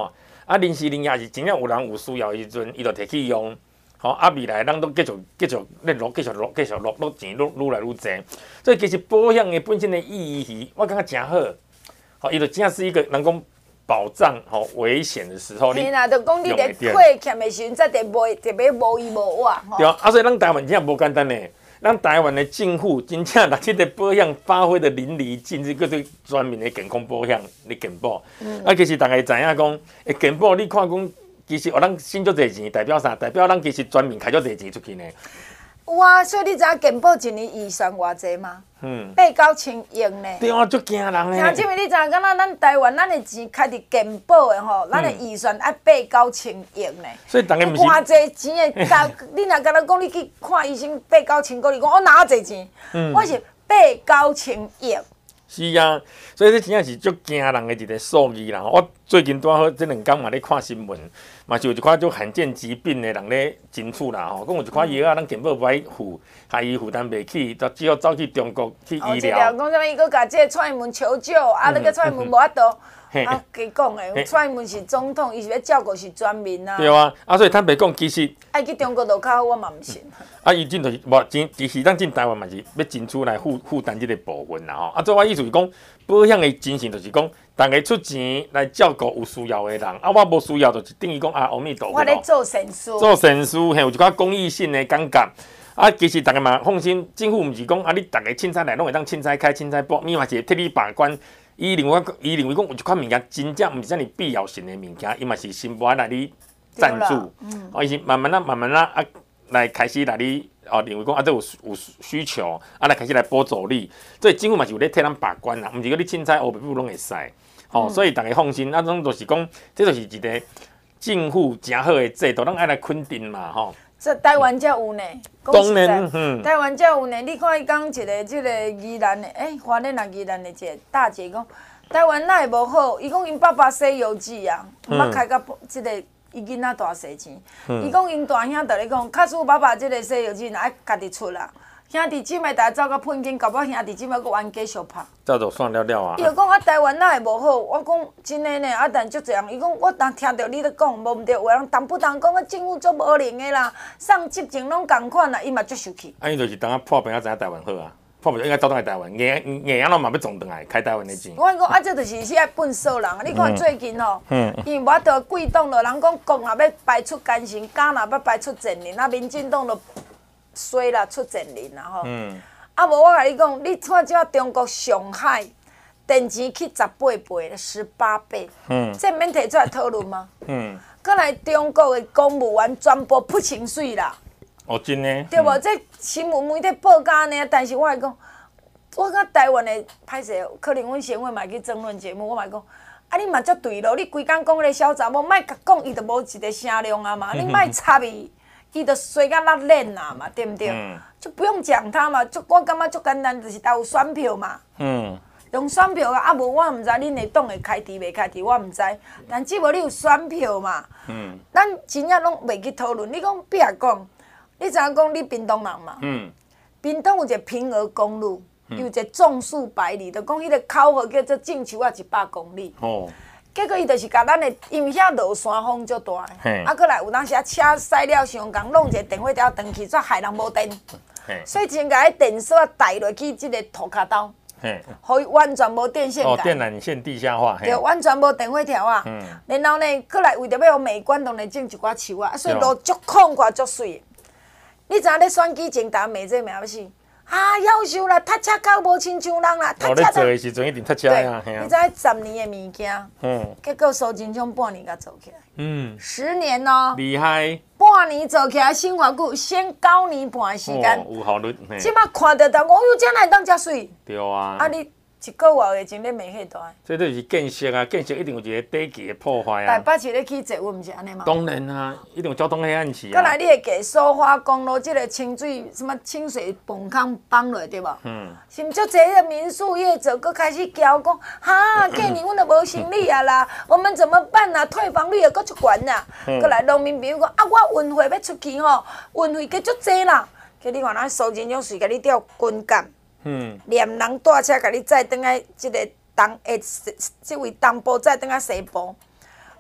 啊，临时零也是真正有人有需要的时阵，伊就摕去用。吼、哦，啊，未来咱都继续继续咧落，继续落，继续落，落钱愈愈来愈侪。所以其实保险的本身的意义，我感觉真好。吼、哦，伊就真正是一个人讲保障吼、哦、危险的时候， 你啦，就讲你咧亏欠的时阵，才得无特别无依无靠。 对啊，啊，所以咱台湾真正无简单呢。咱台湾的政府真正把这个保险发挥的淋漓尽致，佫对专门的健康保险的健保。嗯、啊，其实大家知影讲，诶，健保你看讲。其实，哦，咱省足侪钱，代表啥？代表咱其实专门开足侪钱出去呢。 有啊，所以你知影健保一年预算偌济吗？嗯，八九千亿呢。 对啊，足惊人呢。 听即位你知影，敢若咱台湾咱的钱开伫健保的吼，咱的预算爱八九千亿呢。 所以大家毋是偌济钱的，但你若敢若讲你去看医生八九千块，你讲我哪济钱？嗯、我是八九千亿。 是啊，所以这真正是足惊人的一个数字啦。我最近拄好这两天嘛咧看新闻，嘛是有一款足罕见疾病的人咧争取啦吼，讲有一款药啊，咱健保不爱付，害伊负担袂起，就只好走去中国去医疗。哦，这条讲啥物？伊搁甲这个蔡英文求救，啊，那个蔡英文无法度。啊，加讲诶，蔡英文是总统，伊是要照顾是全民啊。 对啊，啊，所以坦白讲，其实爱去中国就较好，我嘛毋信。 啊，伊真就是无真，其实咱进台湾嘛是要争取来负负担即个部分啦吼。啊，做我意思是讲，保险的精神就是讲，大家出钱来照顾有需要的人，啊，我无需要就是等于讲啊，阿弥陀佛。 我咧做善事。 做善事，嘿，有一寡公益性的感觉。啊，其实大家嘛放心，政府毋是讲啊，你大家凊彩来拢会当凊彩开、凊彩报，咪嘛是替你把关。伊认为，伊认为讲有一款物件真正毋是遮尔必要性的物件，伊嘛是先不爱来你赞助，嗯、哦，伊是慢慢啊、慢慢啊啊来开始来你哦认为讲啊，这有有需求，啊来开始来补助你，所以政府嘛是有咧替咱把关啦，毋是讲你凊彩黑白布拢会使，哦，嗯、所以大家放心，啊，种就是讲，这就是一个政府诚好的制度，咱爱来肯定嘛，吼、哦。 这台湾才有呢， 当然，嗯， 台湾才有呢。你看伊讲一个即个宜兰的，诶、欸，花莲啊宜兰的一个大姐讲，台湾哪会无好？伊讲因爸爸洗油纸啊，毋捌开到即个伊囡仔大洗钱。伊讲因大兄就咧讲，卡叔爸爸即个洗油纸，若爱家己出啦。兄弟姊妹大家走到喷紧，搞不好兄弟姊妹搁冤继续拍。 这就算了了啊！ 伊就讲啊，台湾哪会无好？我讲真诶呢，啊，但足侪人，伊讲我当听到你咧讲，无毋对，有人当不当讲啊，政府足无灵诶啦，送执政拢共款啦，伊嘛足生气。 啊，伊就是当啊破病啊，知影台湾好啊，破病应该走倒来台湾，硬硬啊，拢嘛要撞倒来开台湾的钱。 我讲啊，这就是是爱笨手人啊！你看最近吼，伊无得贵党了，人讲国若要排出奸臣，假若要排出贱人，啊，民进党就衰啦，出贱人啦吼。嗯。啊无，我甲你讲，你看即中国上海电钱去十八倍，十八倍，嗯，这免提出来讨论吗？嗯。搁来中国的公务员全部扑清水啦。 哦，真的。 对无？嗯、这新闻媒体报假呢，但是我来讲，我甲台湾的歹势，可能阮先生嘛去争论节目，我嘛讲，啊，你嘛足对咯，你规工讲迄个小查某，莫甲讲伊就无一个声量啊嘛，你莫插伊。伊就衰甲拉链啊嘛，对不对？嗯、就不用讲他嘛，就我感觉足简单，就是投有选票嘛。嗯。用选票啊，啊无我毋知恁的党会开除袂开除，我毋知。但只无你有选票嘛。嗯。咱真正拢袂去讨论。你讲比如讲，你知影讲你屏东人嘛？嗯。屏东有一个平峨公路，嗯、有一个种树百里，就讲迄个口号叫做种树啊一百公里。哦。结果伊就是甲咱的，因为遐落山风足大，啊，搁来有当时啊车驶了伤共，弄一个电火条断去，煞害人无电，所以真甲迄电线带落去即个涂骹兜，互伊完全无电线杆。 哦，电缆线地下化。 对，完全无电火条啊。嗯。然后呢，搁来为着要互美观，当然种一寡树啊，所以路足宽阔足水。你知影咧选举前，逐骂这骂要死。啊，夭寿啦！踏车脚无亲像人啦， 踏车。我咧做的时阵一定踏车呀， 你知十年的物件，嗯，结果苏贞昌半年才做起来，嗯，十年哦， 厉害， 半年做起来，生活久，先九年半的时间， 哦，有效率。 即摆看到人，哦哟，这哪会当遮水？ 对啊。 啊你。一个月的前咧骂迄大， 这就是建设啊！建设一定有一个底基的破坏啊。 台北市咧起坐，阮毋是安尼嘛？ 当然啊，一定有交通黑暗期啊。 再来，你会记苏花公路即个清水什么清水崩坑崩落对无？嗯。是毋足侪个民宿业者佫开始叫讲，哈，过年阮都无行李啊啦，我们怎么办啊？退房率又佫足悬啦。佫来农民朋友讲，啊，我运费要出去吼，运费加足济啦。叫你看咱苏贞昌随甲你调军舰。嗯，连人带车，甲你载转来即个东诶，即位东部载转来西部，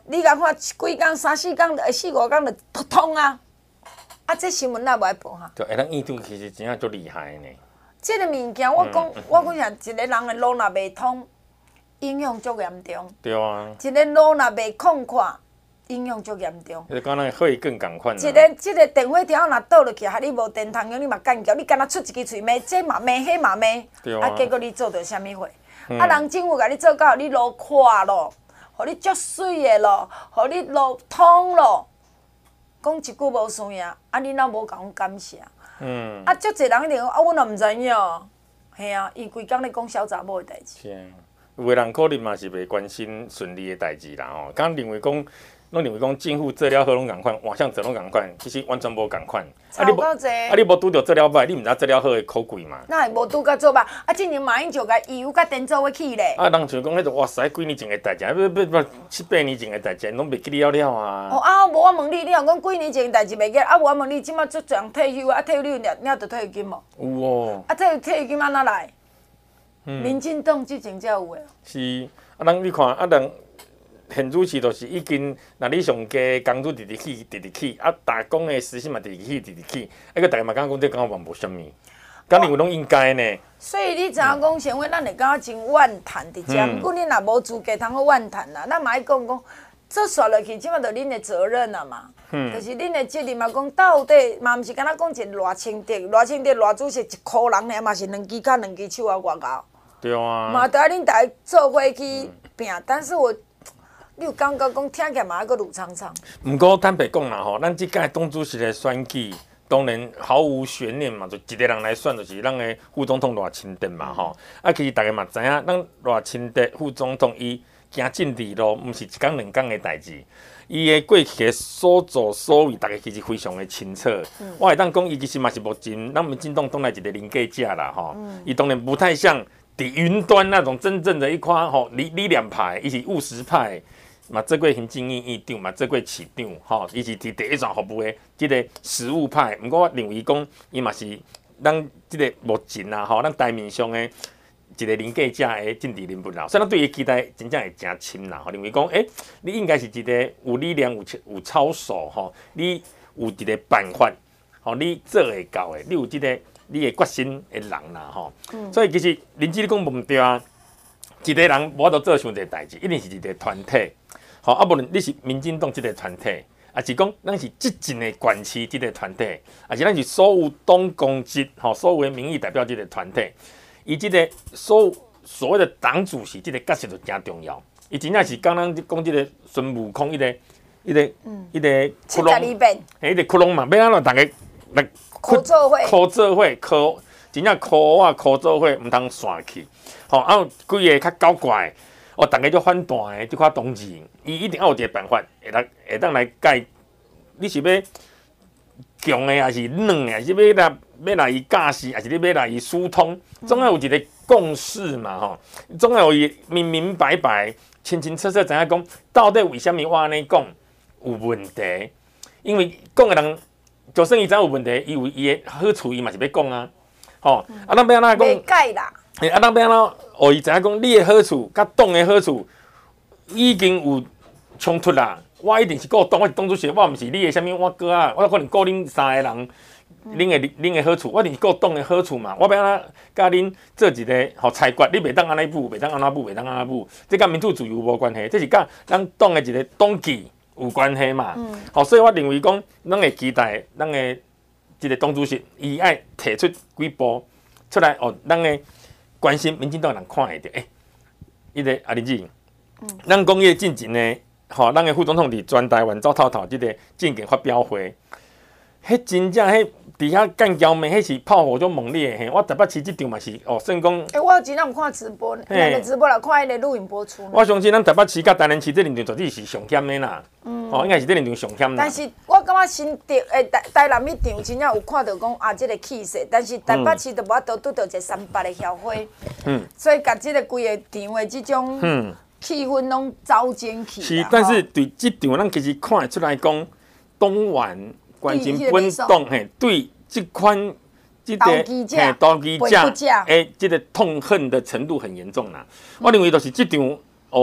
你甲看几工、三四工、四五工就通啊！啊，这新闻哪无爱报哈？ 对，下咱院长其实真正足厉害呢。 这个物件，我讲，我讲啥？一个人的路若袂通，影响足严重。 对啊。 一个路若袂空旷，影响足严重。 你讲那火更共款。 一个即个电火条若倒落去，害你无电通用，你嘛干叫，你敢若出一支喙骂，这嘛骂，迄嘛骂。 对啊。 啊，结果你做着啥物货？啊，人政府甲你做到，你路宽咯。互你足水的咯，互你路通咯，讲一句无算啊！啊，你哪无甲阮感谢？嗯。啊，足侪人一定讲啊，阮也毋知影。嘿啊，伊规工咧讲小查某的代志。 是啊，有个人可能嘛是袂关心顺利的代志啦吼，刚认为讲，拢认为讲政府做了好拢共款，换向做拢共款，其实完全无共款。 差够济。 啊，你无拄着做了歹，你毋知做了好的可贵嘛？ 那会无拄到做歹？啊，之前马英九甲义乌甲电做伙去咧。 啊，人像讲迄个哇塞，几年前的代志，啊，不不不，七八年前的代志，拢袂记了了啊。 哦啊，无我问你，你若讲几年前的代志袂记，啊，我问你，即马足多人退休啊，退休你有领领到退休金无？ 有哦。 啊，退退休金安怎来？嗯。民进党之前才有诶。 是，啊，人你看，啊，人。现主持就是已经，那你上加工资直直起，直直起，啊，打工的时薪嘛直直起，直直起，啊，个大家嘛感觉讲这讲法无啥物，敢认为拢应该呢？ 所以你知影讲，先话咱会感觉真怨叹伫遮，不过恁若无资格通好怨叹啦，咱嘛爱讲讲，做煞落去，即马就恁的责任啊嘛，嗯、就是恁的责任嘛。讲到底嘛，毋是敢若讲一赖清德，赖清德赖主席一箍人尔嘛是两支脚两支手啊，外交。 对啊。 嘛，得爱恁大家做伙去拼，但是我。你有感觉讲听起来嘛，还佫如苍苍。毋过坦白讲啦吼，咱即届党主席的选举，当然毫无悬念嘛，就一个人来选，就是咱的副总统赖清德嘛吼。啊，其实大家嘛知影，咱赖清德副总统伊行政治路，毋是一工两工的代志。伊的过去的所作所为，大家其实非常的清楚。嗯、我会当讲，伊其实嘛是目前咱民进党党内一个临界者啦吼。伊、嗯、当然不太像伫云端那种真正的一款吼理理念派，伊是务实派。嘛，做过行政院院长，嘛做过市长，吼，伊是伫第一线服务的即个实务派。毋过我认为讲，伊嘛是咱即个目前啊，吼，咱台面上的一个临界者的政治人物啦。所以咱对伊期待真正会诚深啦。吼，认为讲，诶、欸，你应该是一个有力量、有有操守，吼，你有一个办法，吼，你做会到的，你有即、這个你的决心的人啦，吼。嗯、所以其实林志你讲无对啊，一个人无法度做伤一个代志，一定是一个团体。好，啊，无论你是民进党即个团体，啊是讲咱是执政的管区即个团体，啊是咱是所有党公职吼，所有的民意代表即个团体，伊即个所所谓的党主席即个角色就真重要。伊真正是讲咱讲即个孙悟空，伊个伊个伊个窟窿，嘿，伊个窟窿嘛，要安怎大家来考做伙， 考做伙，考真正考啊考做伙，毋通散去。吼，啊几个较搞怪。哦，大家就反弹的即款同志，伊一定要有一个办法，会当会当来解。你是要强的，还是软的，还是要来要来伊驾驶，还是你要来伊疏通？总要有一个共识嘛，吼！总要有伊明明白白、清清楚楚知影讲，到底为虾米我安尼讲有问题？因为讲的人，就算伊知有问题，伊有伊的好处，伊嘛是要讲啊，吼！啊，咱要安怎讲？ 袂解啦。 诶，啊，咱要安怎？哦，伊知影讲你的好处，甲党的好处已经有冲突啦。我一定是顾党，我是党主席，我毋是你的啥物我哥啊，我可能顾恁三个人，恁的恁的好处，我一定是顾党的好处嘛。我要安怎甲恁做一个吼裁决，你袂当安尼补，袂当安怎补，袂当安怎补，这甲民主自由无关系，这是甲咱党的一个党纪有关系嘛。嗯。好，所以我认为讲，咱会期待咱的一个党主席，伊爱提出几步出来，哦，咱的。关心民进党人看会到，诶、欸，伊个阿林子，嗯，咱讲业进前呢，吼，咱个副总统伫全台湾走透透即个政见发表会，迄真正迄伫遐干交面，迄是炮火中猛烈嘿！我台北市即场嘛是，哦，算讲， 诶、欸，我有真有看直播，两个直播来看迄个录影播出。 我相信咱台北市甲台南市这两场绝对是上险的啦，嗯，哦，应该是这两场上险啦。 但是我感觉新竹诶台台南迄场真正有看到讲啊，即、這个气势，但是台北市就无法度拄到一个三八的校花，嗯，所以甲即个规个场的即种嗯气氛拢走进去。 是，但是对即场咱其实看会出来讲，东莞关心本党嘿，对这款这个嘿刀机架诶，这个痛恨的程度很严重啦。嗯、我认为就是这场哦，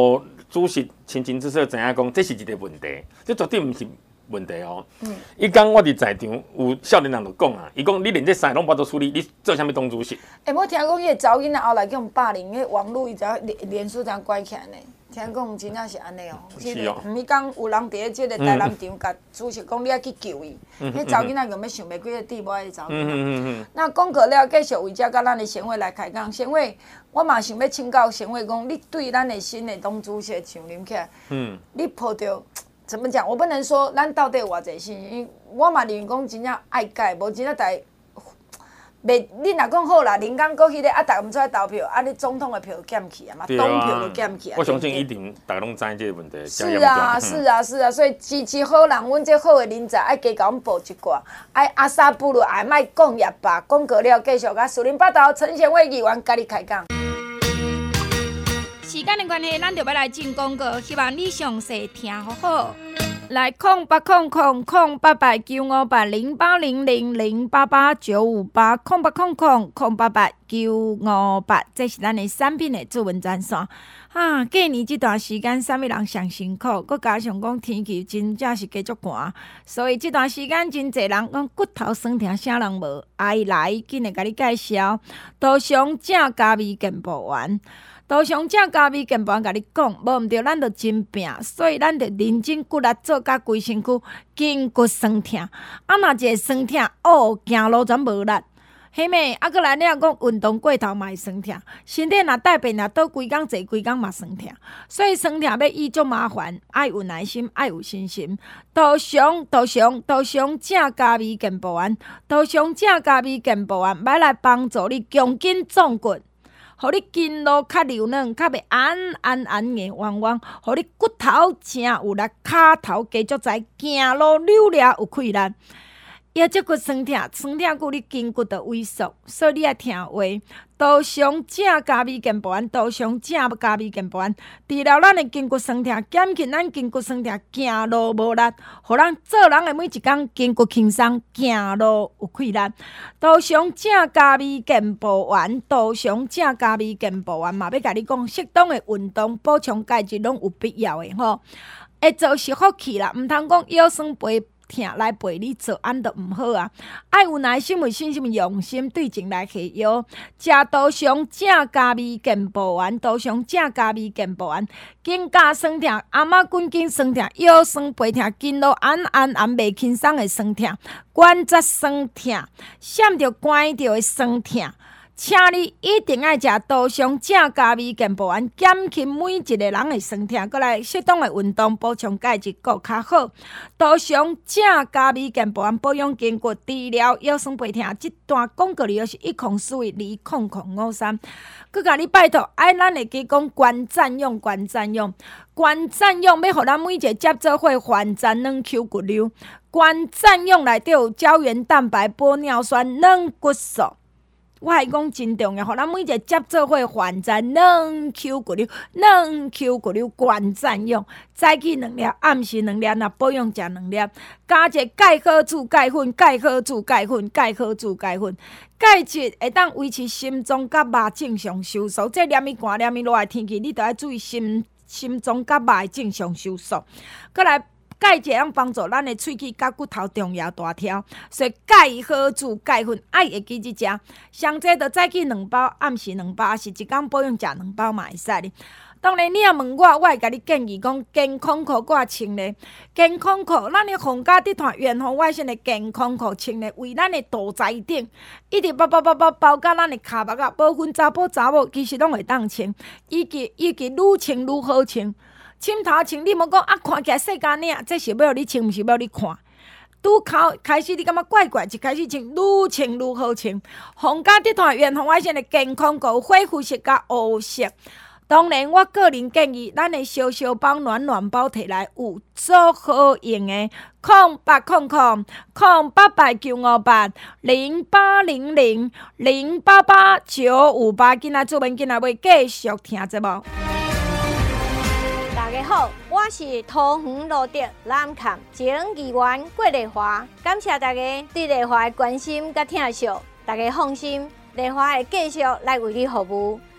主席清清楚楚知影讲，这是一个问题，这绝对毋是问题哦。 嗯。 伊讲我伫在场有少年人就讲啊，伊讲你连这三个拢无法度处理，你做啥物当主席？ 哎、欸，我听讲迄个查某囡仔后来叫人霸凌，迄个网络伊才连连书才关起来呢。听讲真正是安尼哦， 是哦。 毋是讲有人伫咧即个台南场，甲主席讲你爱去救伊，迄查某囡仔根本想袂几个地步爱查某囡仔。那讲过了，继续为遮甲咱的贤惠来开讲。贤惠，我嘛想要请教贤惠讲，你对咱的新的党主席上任起来，嗯，你抱着怎么讲？我不能说咱到底有偌济信心，我嘛认为讲真正爱改，无真正在。袂，你若讲好啦，林刚过迄个啊，逐个毋出来投票，啊，你总统的票减去啊嘛，党票就减去啊。 我相信一定逐个拢知影即个问题。 是啊，是啊，是啊，所以支持好人，阮这好的人才爱加甲阮报一寡，爱阿萨布鲁，爱莫讲也罢，讲过了继续甲树林八道陈贤惠议员甲你开讲。 时间的关系，咱就要来进广告，希望你详细听好好。来空八空空空八八九五八零八零零零八八九五八空八空空空八八九五八，这是咱的产品的主文专线。啊，过年这段时间，啥物人上辛苦？佮加上讲天气真正是加足寒，所以这段时间真侪人讲骨头酸痛，啥人无？爱来紧来甲你介绍，多上正加味健保丸。多上正加味健保丸，甲你讲，无毋对，咱着真拼，所以咱着认真骨力做甲规身躯筋骨酸痛。啊，若一个酸痛，哦，行路全无力。迄咩？啊，搁来你若讲运动过头嘛会酸痛，身体若大便若倒规工坐规工嘛酸痛。所以酸痛要医足麻烦，爱有耐心，爱有信心。多上多上多上正加味健保丸，多上正加味健保丸，要来帮助你强筋壮骨。互你筋路较柔软，较袂安安安硬弯弯，互你骨头正有力，骹头加足在，行路扭了有气力。腰脊骨酸痛，酸痛骨你筋骨就萎缩，所以你爱听话。多上正加味健保丸，多上正加味健保丸，治疗咱的筋骨酸痛，减轻咱筋骨酸痛，行路无力，互咱做人的每一工筋骨轻松，行路有气力。多上正加味健保丸，多上正加味健保丸嘛，要甲你讲，适当的运动补充钙质拢有必要的吼。会做是福气啦，毋通讲腰酸背痛来陪你做，安都毋好啊！爱有耐心、有信心、用心对症来下药。食多上正加味健保丸，多上正加味健保丸，肩胛酸痛、阿妈筋筋酸痛、腰酸背痛、筋路安安安袂轻松的酸痛、关节酸痛、闪着关着的酸痛。请你一定要食多上正加味健保丸，减轻每一个人的酸痛，过来适当的运动补充钙质，更较好。多上正加味健保丸保养筋骨，治疗腰酸背痛。这段广告里是一空四位二空空五三，佮甲你拜托，爱咱会记讲关占用，关占用，关占用，要互咱每一个接做伙还原软 Q 骨溜。关占用内底有胶原蛋白、玻尿酸、软骨素。我还讲真重要，互咱每一个接做伙还原软 Q 骨溜，软 Q 骨溜关占用，早起两粒，暗时两粒，若保养食两粒，加一钙好处钙粉，钙好处钙粉，钙好处钙粉，钙质会当维持心脏甲肉正常收缩。这黏伊寒黏伊热的天气，你都要注意心心脏甲肉的正常收缩。过来。钙质会帮助咱的喙齿甲骨头重要大条，所以钙好处钙粉爱会记去食，上济就早起两包，暗时两包，是一工保养食两包嘛会使哩。当然，你若问我，我会甲你建议讲健康裤我穿咧，健康裤，咱的皇家集团远红外线的健康裤穿咧，为咱的肚脐顶一直包包包包包到咱的骹目啊，无分查甫查某，其实拢会当穿，以及以及愈穿愈好穿。枕头穿，你莫讲啊，看起来细干领，这是要你穿，毋是要你看。拄考开始，你感觉怪怪，就开始穿，愈穿愈好穿。皇家集团远红外线的健康裤，恢复色甲乌色。当然，我个人建议，咱的小小包、暖暖包摕来有足好用的。空八空空空八八九五八零八零零零八八九五八，今仔主文今仔要继续听节目。 大家好，我是桃园路德南崁前议员郭丽华，感谢大家对丽华的关心甲疼惜。大家放心，丽华会继续来为你服务。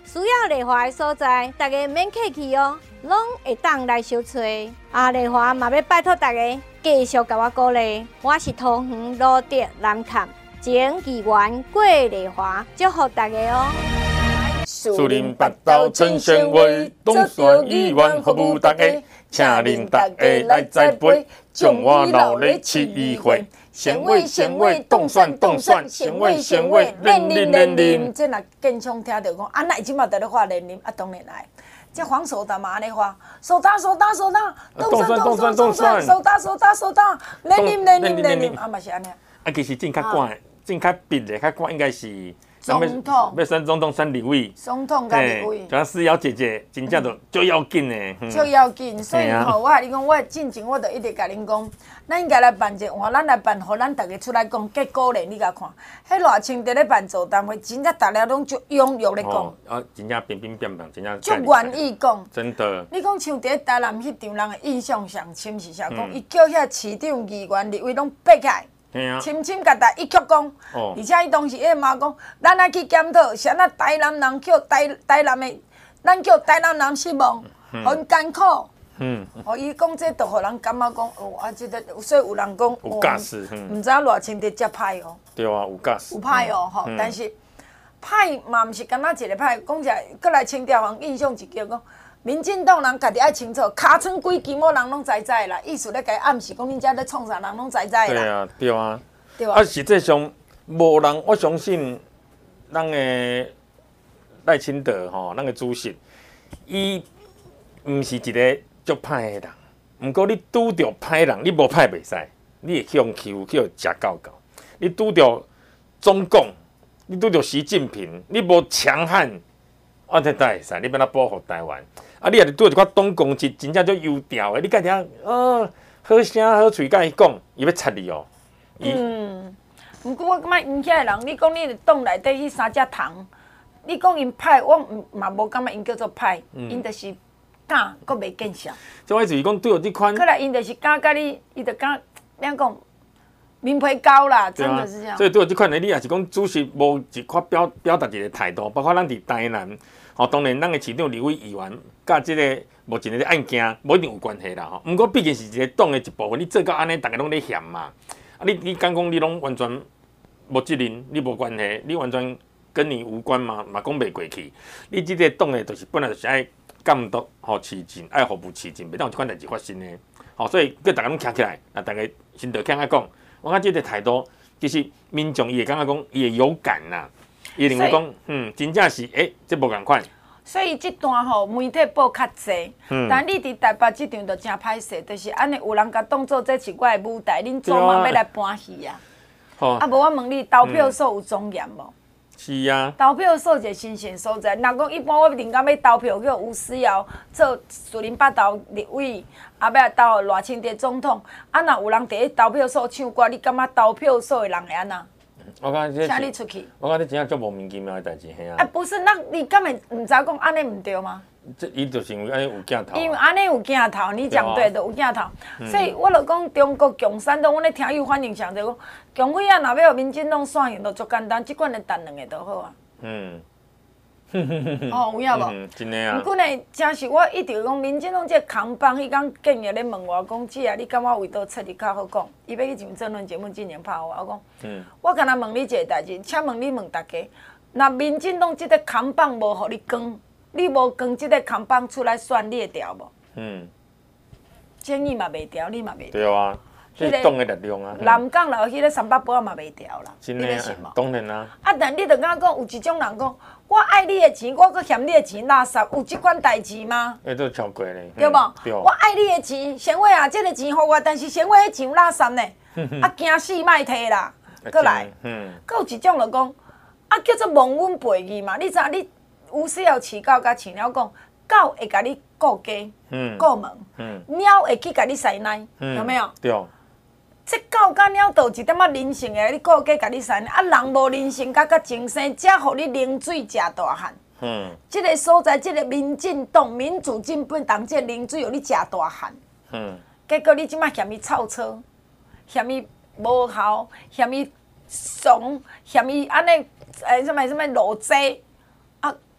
需要丽华的所在，大家免客气哦，拢会当来相找。啊，丽华嘛要拜托大家继续甲我鼓励，我是桃园罗德南坎前议员郭丽华，祝福大家哦。 树林八道春鲜味，东选议员服务大家，请恁大家来栽培，将我努力市议会。鲜味鲜味，冻蒜冻蒜，鲜味鲜味，练练练练。 这若建昌听到讲，啊，那即马在咧发练练，啊，当然来。这黄手打嘛安尼发，手打手打手打，冻蒜冻蒜冻蒜，手打手打手打，练练练练练练，啊嘛是安尼。 啊，其实正较管，正较逼的较管应该是。 总统要选总统选立委， 总统甲立委， 像思瑶姐姐，真正就最要紧的， 最要紧。所以吼，我甲你讲，我进前我就一直甲恁讲，咱应该来办一个换，咱来办，互咱大家出来讲结果咧，你甲看，迄偌清伫咧办座谈会，真正大家拢就踊跃咧讲， 啊，真正乒乒乓乓，真正就愿意讲， 真的。 你讲像伫台南迄场人的印象上深是啥？讲伊叫遐市长、议员、立委拢爬起来。深深甲大一曲讲，而且伊当时迄嘛讲，咱爱去检讨，是安那台南人叫台台南的，咱叫台南人失望，互因艰苦。嗯，哦，伊讲这都互人感觉讲，哦，啊，这个，所以有人讲， 有假势， 毋知偌清的遮歹哦。 对啊，有假势。 有歹哦，吼，但是歹嘛，毋是干那一个歹，讲起来，过来清调人印象一叫讲。民进党人家己爱清楚，尻川几支某人拢知知啦，意思咧甲伊暗示讲，恁遮咧创啥人拢知知啦。 对啊，对啊。 对啊。 啊，实际上无人，我相信咱的赖清德吼，咱的主席，伊毋是一个足歹的人。毋过你拄着歹人，你无歹袂使，你会去用欺负，去互食够够。你拄着中共，你拄着习近平，你无强悍，啊，这才会使，你要哪保护台湾？啊！你也是拄一寡党公职，真正足油条的。你家己哦，好声好喙甲伊讲，伊要插你哦。 嗯，毋过我感觉因遐人，你讲你党内底迄三只虫，你讲因歹，我嘛无感觉因叫做歹，因就是敢，阁袂见效。 即我意思是讲，对有即款。 过来，因就是敢甲你，伊就敢，怎讲？面皮高啦，真的是这样。 所以对有即款的，你也是讲主席无一块表表达一个态度，包括咱伫台南。哦，当然，咱的市长、立委、议员，甲即个目前的案件，无一定有关系啦。吼，毋过毕竟是一个党的一部分，你做到安尼，大家拢咧嫌嘛。啊，你你讲讲，你拢完全无责任，你无关系，你完全跟你无关嘛，嘛讲袂过去。你即个党的，就是本来就是爱监督吼市政，爱服务市政，袂当有即款代志发生的。吼，所以叫大家拢站起来，啊，大家先着听我讲，我讲即个态度，其实民众伊会感觉讲，伊会有感呐。伊认为讲，嗯，真正是，诶、欸，这无共款。 所以这段吼媒体报较济，嗯、但你伫台北这场就真歹势，就是安尼有人甲当做这是我的舞台，恁做嘛要来搬戏啊？哦、啊，无我问你，投票所有庄严无？ 是啊。投票所一个新鲜所在，若讲一般我定敢要投票叫吴思瑶做树林八道立委，啊要投赖清德总统，啊若有人伫咧投票所唱歌，你感觉投票所的人会安那？ 我讲这， 请你出去。 我讲这真正足莫名其妙的代志，嘿啊！ 啊，不是，那你根本唔知讲安尼唔对吗？ 这伊就是因为安尼有镜头、啊。 因为安尼有镜头，你讲对的、啊、有镜头，嗯、所以我就讲中国共产党，阮咧听有反应上就讲，共匪啊，若要民进党选赢，就足简单，即款的谈两个就好啊。嗯。哦，有影无？ 嗯，真诶啊。 毋过呢，真是我一直讲，民进党这扛棒，迄天建议咧问我讲，姐啊，你感觉为倒出入较好讲？伊要去上争论节目，今年拍我，我讲，嗯，我敢若问你一个代志，请问你问大家，若民进党这个扛棒无互你扛，你无扛这个扛棒出来选，你会调无？嗯。建议嘛袂调，你嘛袂调。 对啊。迄个党的力量啊！ 南港楼迄个三百波嘛袂调啦， 真诶啊，当然啦。 啊，但你着敢讲有一种人讲，我爱你的钱，我閣嫌你的钱垃圾，有即款代志吗？ 诶，都超过咧， 对无？对。我爱你的钱，贤惠啊，即个钱互我，但是贤惠迄钱有垃圾呢，啊，惊死莫摕啦，閣来。嗯。閣有一种就讲，啊，叫做蒙阮背义嘛。你知影你有时候饲狗甲饲鸟讲，狗会甲你顾家、顾门，鸟会去甲你塞奶，有没有？ 对。 这狗甲鸟都有一点仔人性的，你顾家甲你善，啊人无人性，甲甲精神，才互你冷水食大汉。嗯。这个所在，这个民进党、民主进步党，这冷水互你食大汉。嗯。结果你即摆嫌伊臭臭，嫌伊无效，嫌伊怂，嫌伊安尼诶什么什么路济，啊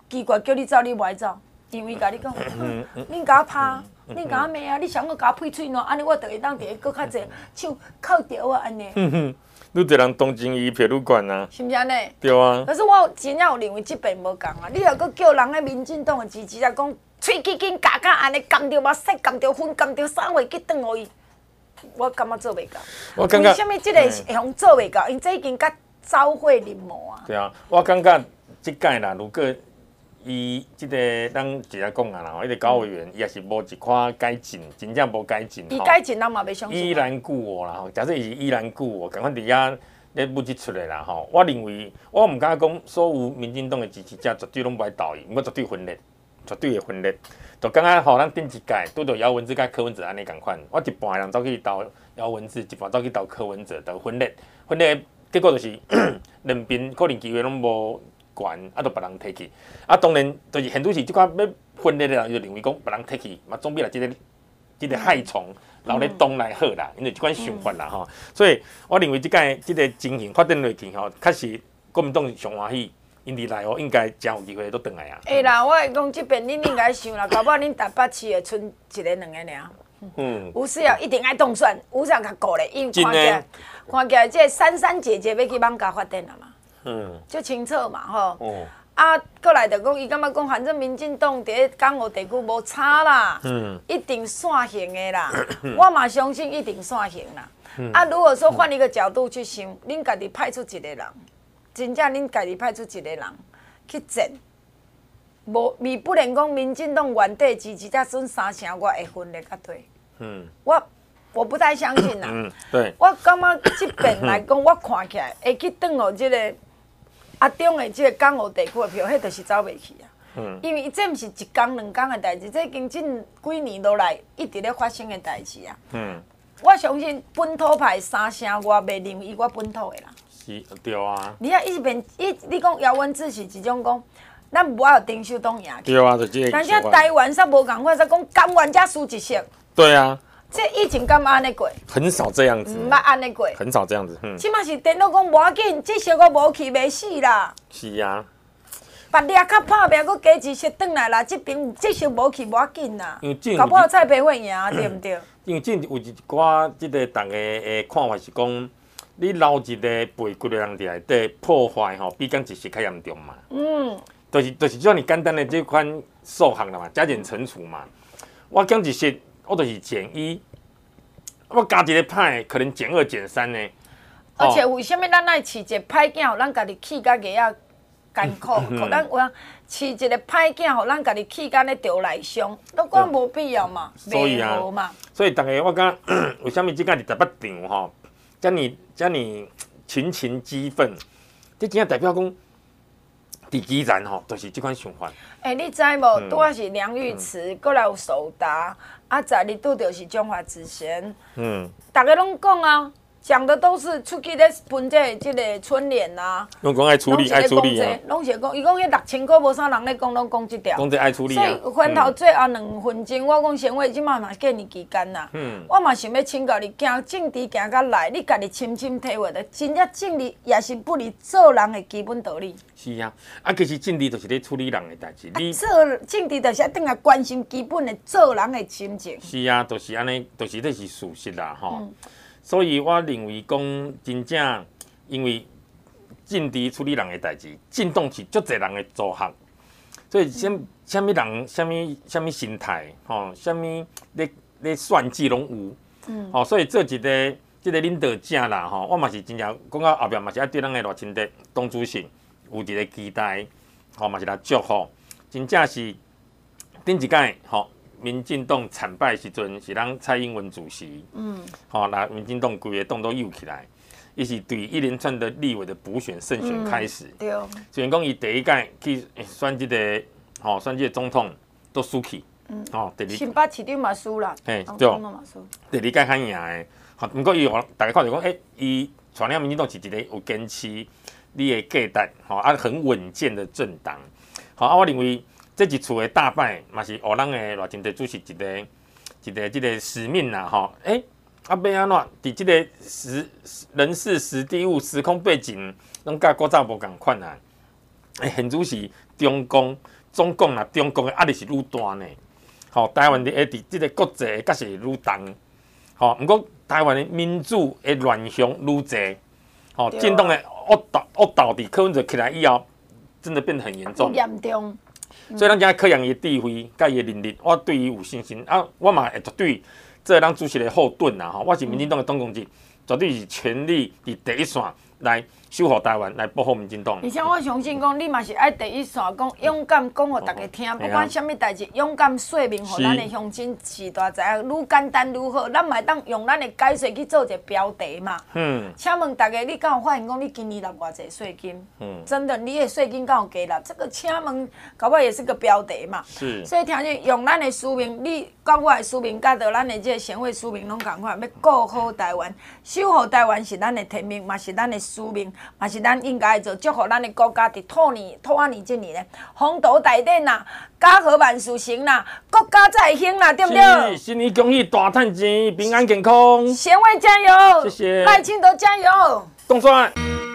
奇怪，叫你走你无爱走，因为甲你讲，恁甲我拍，恁甲我骂啊，你想我甲我配喙烂，安尼我就会当伫个搁较济唱靠调啊安尼。 愈侪人同情伊，骗愈悬啊， 是毋是安尼？ 对啊。 可是我真正有认为即边无共啊，你若搁叫人咧民进党的支持者讲，喙齿紧夹甲安尼，含着目屎，含着粉，含着啥话去转互伊，我感觉做袂到。 我感觉为什么即个会用做袂到？因这已经甲招会临摹啊。 对啊，我感觉即届啦，如果伊即个咱直接讲啊啦，吼，迄个高委员伊也是无一块改进，真正无改进。 伊改进，咱嘛袂相信。 依然故我啦，吼，假设伊是依然故我，共款伫遐咧不即出来啦，吼，我认为我毋敢讲所有民进党的支持者绝对拢不爱投伊，毋过绝对分裂，绝对会分裂。就刚刚吼，咱顶一届拄着姚文智甲柯文哲安尼共款，我一半人走去投姚文智，一半走去投柯文哲，就分裂，分裂结果就是两边可能机会拢无。啊，都别人摕去，啊，当然就是现拄是即款要分裂的人就认为讲别人摕去，嘛总比来即个即个害虫留咧东来好啦，因为即款想法啦吼，所以我认为即届即个情形发展落去吼，确实国民党上欢喜，因伫内湖应该真有机会都转来啊。 会啦，我会讲即边恁应该想啦，搞不好恁台北市会剩一个两个尔。嗯，有需要一定爱当选，有啥甲顾咧？因为看起来看起来即个珊珊姐姐要去网咖发展啦嘛。嗯，就清楚嘛吼。哦。啊，过来就讲，伊感觉讲，反正民进党伫咧港澳地区无差啦。嗯。一定线行的啦，我嘛相信一定线行啦。嗯。啊，如果说换一个角度去想，恁家己派出一个人，真正恁家己派出一个人去战，无未不能讲民进党原底支持者剩三成，我会分裂甲对。嗯。我。我不太相信啦。嗯， 对。 我感觉这边来讲，我看起来会去转互这个阿中的这个港澳地区的票，迄就是走袂去啊。嗯。因为这毋是一天两天的代志，这已经近几年落来一直咧发生的代志啊。嗯。我相信本土派三成，我袂认为伊我本土的啦。 是，对啊。 你啊，一边一你讲姚文智是一种讲，咱无爱丁守东赢去。 对啊，就这个。 但是台湾煞无共款，煞讲甘愿才输一色。 对啊。 这以前敢安尼过？ 很少这样子。 唔捌安尼过。很少这样子。嗯。 起码是电脑讲无要紧，这小我无去袂死啦。 是啊。 别掠较拍拼，佫加一些转来啦，这边这些无去无要紧啦。搞不好蔡培会赢，对毋对？ 因为正有一寡即个大家的看法是讲，你留一个背骨的人伫内底破坏吼，比讲一时较严重嘛。嗯。就是就是像你简单的这款数学啦嘛，加减乘除嘛。我讲一些。我就是减一，我加一个歹，可能减二减三呢。 而且为什么咱爱饲一个歹囝，互咱家己气甲个啊艰苦？互咱有啊饲一个歹囝，互咱家己气甲咧着内伤，都讲无必要嘛，袂好嘛。 所以大家我讲，为什么即个伫台北场吼，遮尔遮尔群情激愤，这真正代表讲。伫基层吼，就是即款想法。 诶、欸，你知无？拄啊是梁玉慈，过、嗯、来有守达，啊，再日拄着是中华之贤。嗯，大家拢讲啊，讲的都是出去咧分这这个春联呐。 拢讲爱处理，爱处理啊。 拢是讲，伊讲迄六千块无啥人咧讲，拢讲即条。 讲这爱处理啊。 所以翻头最后两分钟，我讲先话，即马嘛过年期间啦。嗯。我嘛想要请教你，行政治行到来，你家己深深体会的，真正政治也是不离做人的基本道理。 是啊，啊，其实政治就是咧处理人的代志。 你做政治就是要等来关心基本的做人的心情。 是啊，就是安尼，就是这是事实啦，吼。嗯、所以我认为讲真正，因为政治处理人的代志，政党是足侪人的组合，所以什什么人、什么什么心态，吼，什么咧咧算计拢有。嗯。吼，所以做一个即个领导者啦，吼，我嘛是真正讲到后壁嘛是爱对咱的赖清德党主席。有一个期待，吼嘛是来祝福，真正是顶一届吼，民进党惨败时阵是咱蔡英文主席，嗯，吼那民进党规个党都摇起来，伊是对一连串的立委的补选胜选开始， 嗯、对， 虽然讲伊第一届去选这个吼选这个总统都输去，嗯，吼第二新北市长嘛输啦， 嘿对，第二届较赢的，吼不过伊大家看到讲，诶、欸，伊传了民进党是一个有坚持。你的价值，吼啊，很稳健的政党，好啊，我认为这一次的大败，嘛是互咱的赖清德主席一个一个这个使命啦，吼，诶、欸，啊要安怎伫这个时人事时地物时空背景，拢甲国早无共款啊，诶、欸，现主是中共总共啦，中共的压力是愈大呢。吼、哦，台湾的伫即个国际的角色愈重。吼、哦，毋过台湾的民主的乱象愈济。吼、哦，进动的恶斗恶斗伫柯文哲起来以后，真的变得很严重。 严重。 嗯、所以咱今日考验伊的智慧，甲伊的能力，我对伊有信心啊！我嘛会绝对做咱主席的后盾啦！吼，我是民进党的党公职，绝对是全力伫第一线来守护台湾，来保护民进党。 而且我相信讲，你嘛是爱第一线讲勇敢讲互大家听，不管什么代志，勇敢说明互咱的乡亲时代知影，愈简单愈好。咱嘛当用咱的解说去做一个标题嘛。嗯。请问大家，你敢有发现讲你今年纳偌济税金？嗯。真的，你的税金敢有加纳？这个请问，搞不好也是个标题嘛。 是。 所以听见用咱的书名，你甲我的书名，甲到咱的这个贤惠书名拢共款，要顾好台湾，守护台湾是咱的天命，嘛是咱的使命，嘛是咱应该做，祝福咱的国家伫兔年、兔仔年这年咧，风头大展啦，家和万事成啦，国家再兴啦，对不对？ 新年恭喜大赚钱，平安健康。 贤惠加油！ 谢谢。 赖清德加油！ 动算。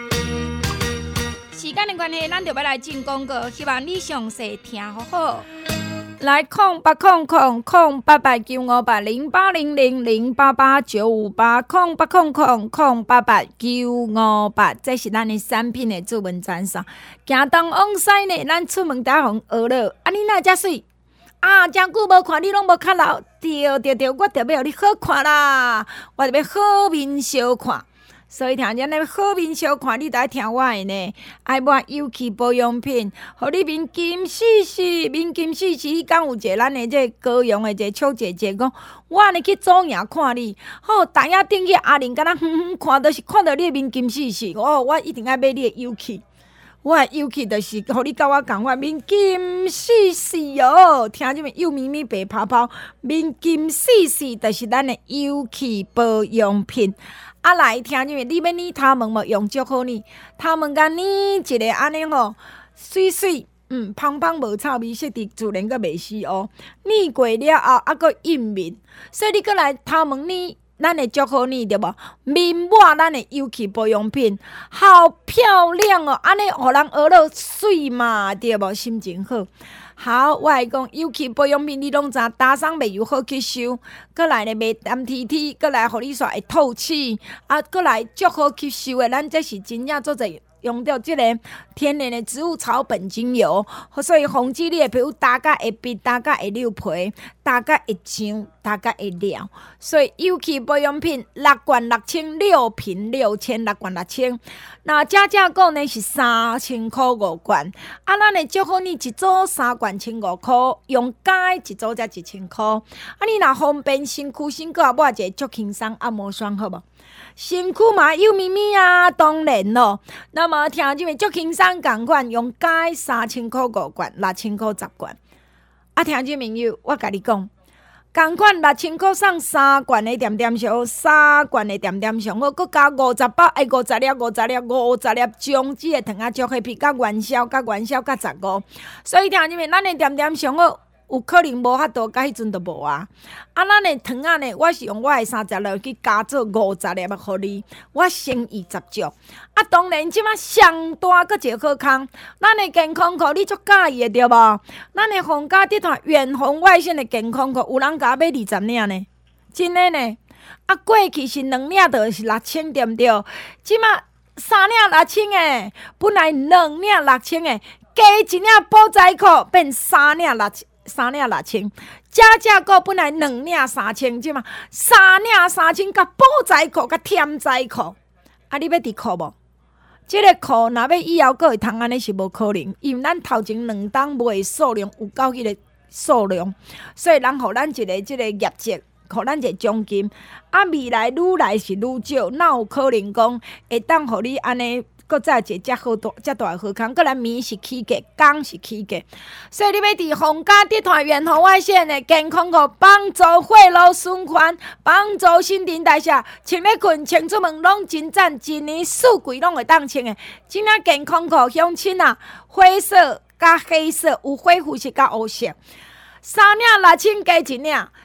时间的关系，咱就要来进广告，希望你详细听好好。来空八空空空八八九五八零八零零零八八九五八空八空空空八八九五八，这是咱的产品的主文赞赏。行东往西呢，咱出门打红学了，啊你哪遮水？啊，真久无看你拢无较老，对对对，我特别互你好看啦，我特别好面相看。所以听见咧好面相看，你就爱听我的呢。爱抹有气保养品，互你面金细细，面金细细。迄讲有一个咱的这高雄的一个邱姐姐讲，我呢去左营看你，吼，大影顶去阿玲敢若远远看，都是看到你的面金细细。哦，我一定爱买你的有气。我的有气就是互你甲我共款面金细细哦，听见没？幼咪咪白泡泡，面金细细就是咱的有气保养品。啊来听见没？你要捏头毛无用足好呢？头毛甲捏一个安尼吼，水水，嗯，芳芳无臭味，色伫自然阁袂死哦。捏过了后，还阁润面，所以你阁来头毛捏。咱会足好呢，对无？面抹咱的有气保养品，好漂亮哦！安尼互人学了水嘛，对无？心情好。好，我来讲有气保养品，你拢知，打霜袂油好吸收，过来咧袂淡滴滴，过来互你煞会透气，啊，过来足好吸收的，咱这是真正做者。用到即个天然的植物草本精油，所以防止你的皮肤打甲会变、打甲会溜皮、打甲会痒、打甲会了。所以有气保养品六罐六千，六瓶六千，六罐六千。那加价购呢是三千块五罐，啊，咱的足好呢一组三罐千五块，用解一组才一千块。啊，你若方便身躯身躯啊，抹一个足轻松按摩霜好无？身躯嘛幼咪咪啊，当然咯。那么听见没？足轻松共款，用解三千块五罐，六千块十罐。啊，听见朋友，我甲你讲，共款六千块送三罐的点点上，三罐的点点上好，佮加五十包，哎，五十粒，五十粒，五十粒姜子的糖啊，足黑皮，甲元宵，甲元宵，甲十五。所以听见没？咱的点点上好。有可能无法度，甲迄阵都无啊！啊，咱的糖仔呢，我是用我的三十粒去加做五十粒，互你，我心意十足。啊，当然即马上大搁一个好康，咱的健康裤你足介意的对无？咱的皇家集团远红外线的健康裤，有人甲我买二十领呢，真的呢。啊，过去是两领就是六千，对毋对？即马三领六千诶，本来两领六千诶，加一领保材裤变三领六千。三领六千，加价购本来两领三千，即嘛三领三千，甲保材裤甲添材裤，啊！你要伫裤无？即、这个裤若要以后阁会通安尼是无可能，因为咱头前两档卖数量有够迄个数量，所以人互咱一个即个业绩，互咱一个奖金。啊，未来愈来是愈少，哪有可能讲会当互你安尼？搁再一个遮好大、遮大好康，搁来面是起价，工是起价，所以你要伫皇家集团远红外线的健康裤，帮助血路循环，帮助新陈代谢，穿咧困、穿出门拢真赞，一年四季拢会当穿的。真正健康裤乡亲啊，灰色加黑色，有灰肤色加黑色。三领六千加一领，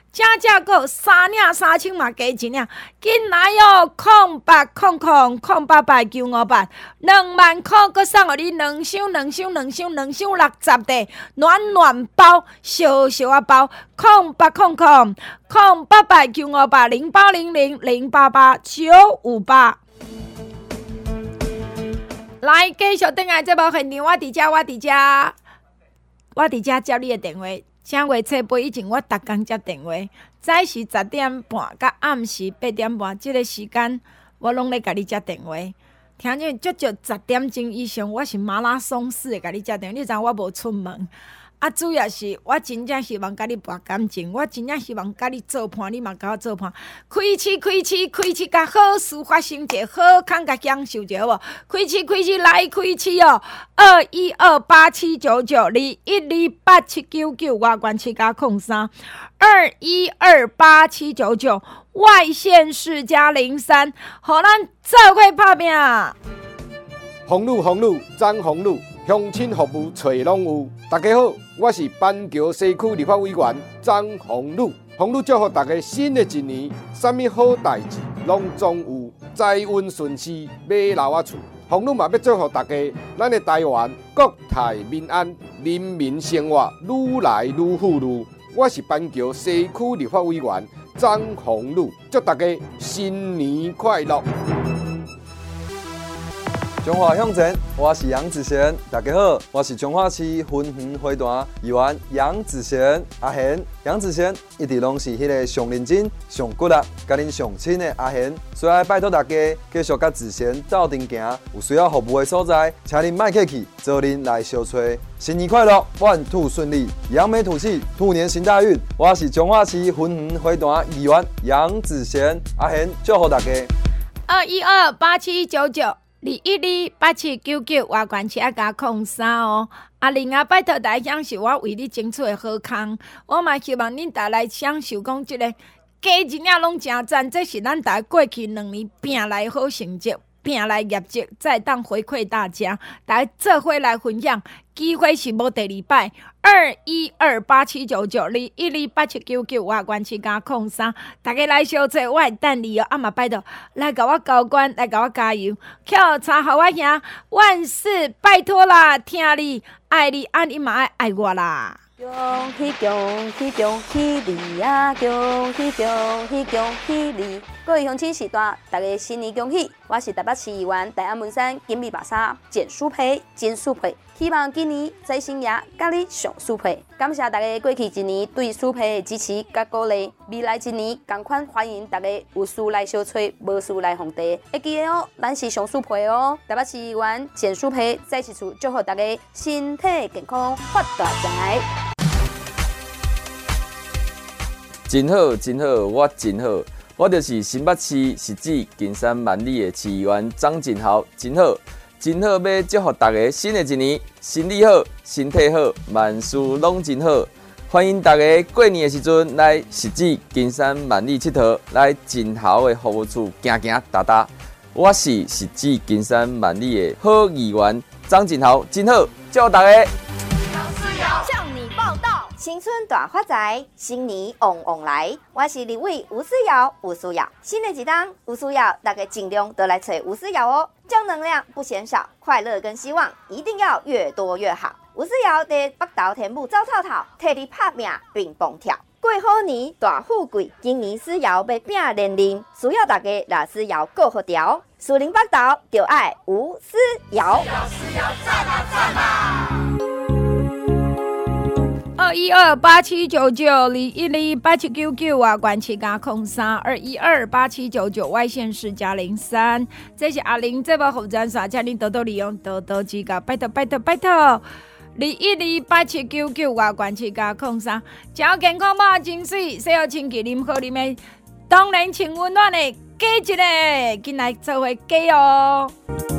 正正个三领三千嘛加一领，紧来哟！空八空空空八八九五八，两万块佮送互你两箱两箱两箱两箱六十个暖暖包，小小啊包，空八空空空八八九五八零八零零零八八九五八。来，继续等下节目现场，我伫遮，我伫遮，我伫遮接你的电话。正月初八以前，我逐工接电话，早时十点半，甲暗时八点半，即、這個時間我攏咧甲你接電話。聽見足足十點鐘以上，我是馬拉松式的甲你接電話。你知我無出門，啊，主要是我真正希望甲你博感情，我真正希望甲你做伴，你嘛甲我做伴。開市開市開市，甲好事發生者，好康甲享受者好無？開市開市來開市哦！二一二八七九九二一二八七九九外關七加空三二一二八七九九外縣市加零三，互咱做伙拍拼。 紅路紅路張紅路，鄉親服務找攏有。大家好，我是板橋西區立法委員張紅路。紅路祝福大家新的一年，啥物好代志攏總有，財運順遂，買樓啊厝。紅路嘛要祝福大家，咱的台灣國泰民安，人民生活愈來愈富裕。我是板橋西區立法委員張宏魯，祝大家新年快樂！ 中華向前，我是杨子贤，大家好，我是中华市分园花坛议员杨子贤阿贤。杨子贤一直拢是迄个上認真、上骨力、甲恁上親的阿賢，所以拜託大家繼續甲子賢鬥陣行，有需要服務的所在，請恁莫客氣，找恁來相找。新年快樂，萬兔順利，揚眉吐氣，兔年行大運。我是中華市分園花壇議員楊子賢阿賢，祝福大家。 二一二八七九九。二一二八七九九外關車加空三哦，啊，另外拜託大家享受我為你爭取的好康，我嘛希望恁大來享受講即個家人啊攏真讚，這是咱大過去兩年拼來好成績，拼來業績，再當回饋大家，大家做伙來分享，機會是無第二擺。二一二八七九九二一二八七九九外關七加空三，大家來相做，我會等你哦。啊嘛拜託，來甲我交關，來甲我加油，翹茶互我兄，萬事拜託啦，聽你愛你，啊你嘛愛愛我啦。 恭喜恭喜恭喜你啊！恭喜恭喜恭喜你！各位乡亲时代，大家新年恭喜！我是台北市议员大安文山金美白沙简淑培金淑培，希望今年在生涯甲你上淑培。感谢大家过去一年对淑培的支持甲鼓励，未来一年同款欢迎大家有事来相找，无事来逢地。会记得哦，咱是上淑培哦。台北市议员简淑培再次祝福大家身体健康，发大财。 真好，真好，我真好，我就是新北市实质金山万里的市议员张振豪，真好，真好，要祝福大家新的一年，身体好，身体好，万事拢真好。欢迎大家过年的时阵来实质金山万里佚佗，来振豪的服务处行行踏踏。我是实质金山万里的好议员张振豪，真好，祝大家。 向你报道，新春大发财，新年旺旺来。我是立委吴思瑶，吴思瑶。新的一档，吴思瑶，大家尽量都来找吴思瑶哦。正能量不嫌少，快乐跟希望一定要越多越好。吴思瑶在北投天母走透透，替你拍拼并蹦跳。过好年大富贵，今年思瑶要拼连连，需要大家来思瑶过好调。树林北投就爱吴思瑶。思瑶赞啊赞啊！ 二一二八七九九二一二八七九九外關七加空三二一二八七九九外縣市加零三，這是阿玲這部服裝啥，請你多多利用，多多指教，拜託拜託拜託。二一二八七九九外關七加空三，食健康嘛真水，洗好清氣，啉好啉的，當然穿溫暖的，加一個，進來做伙加哦。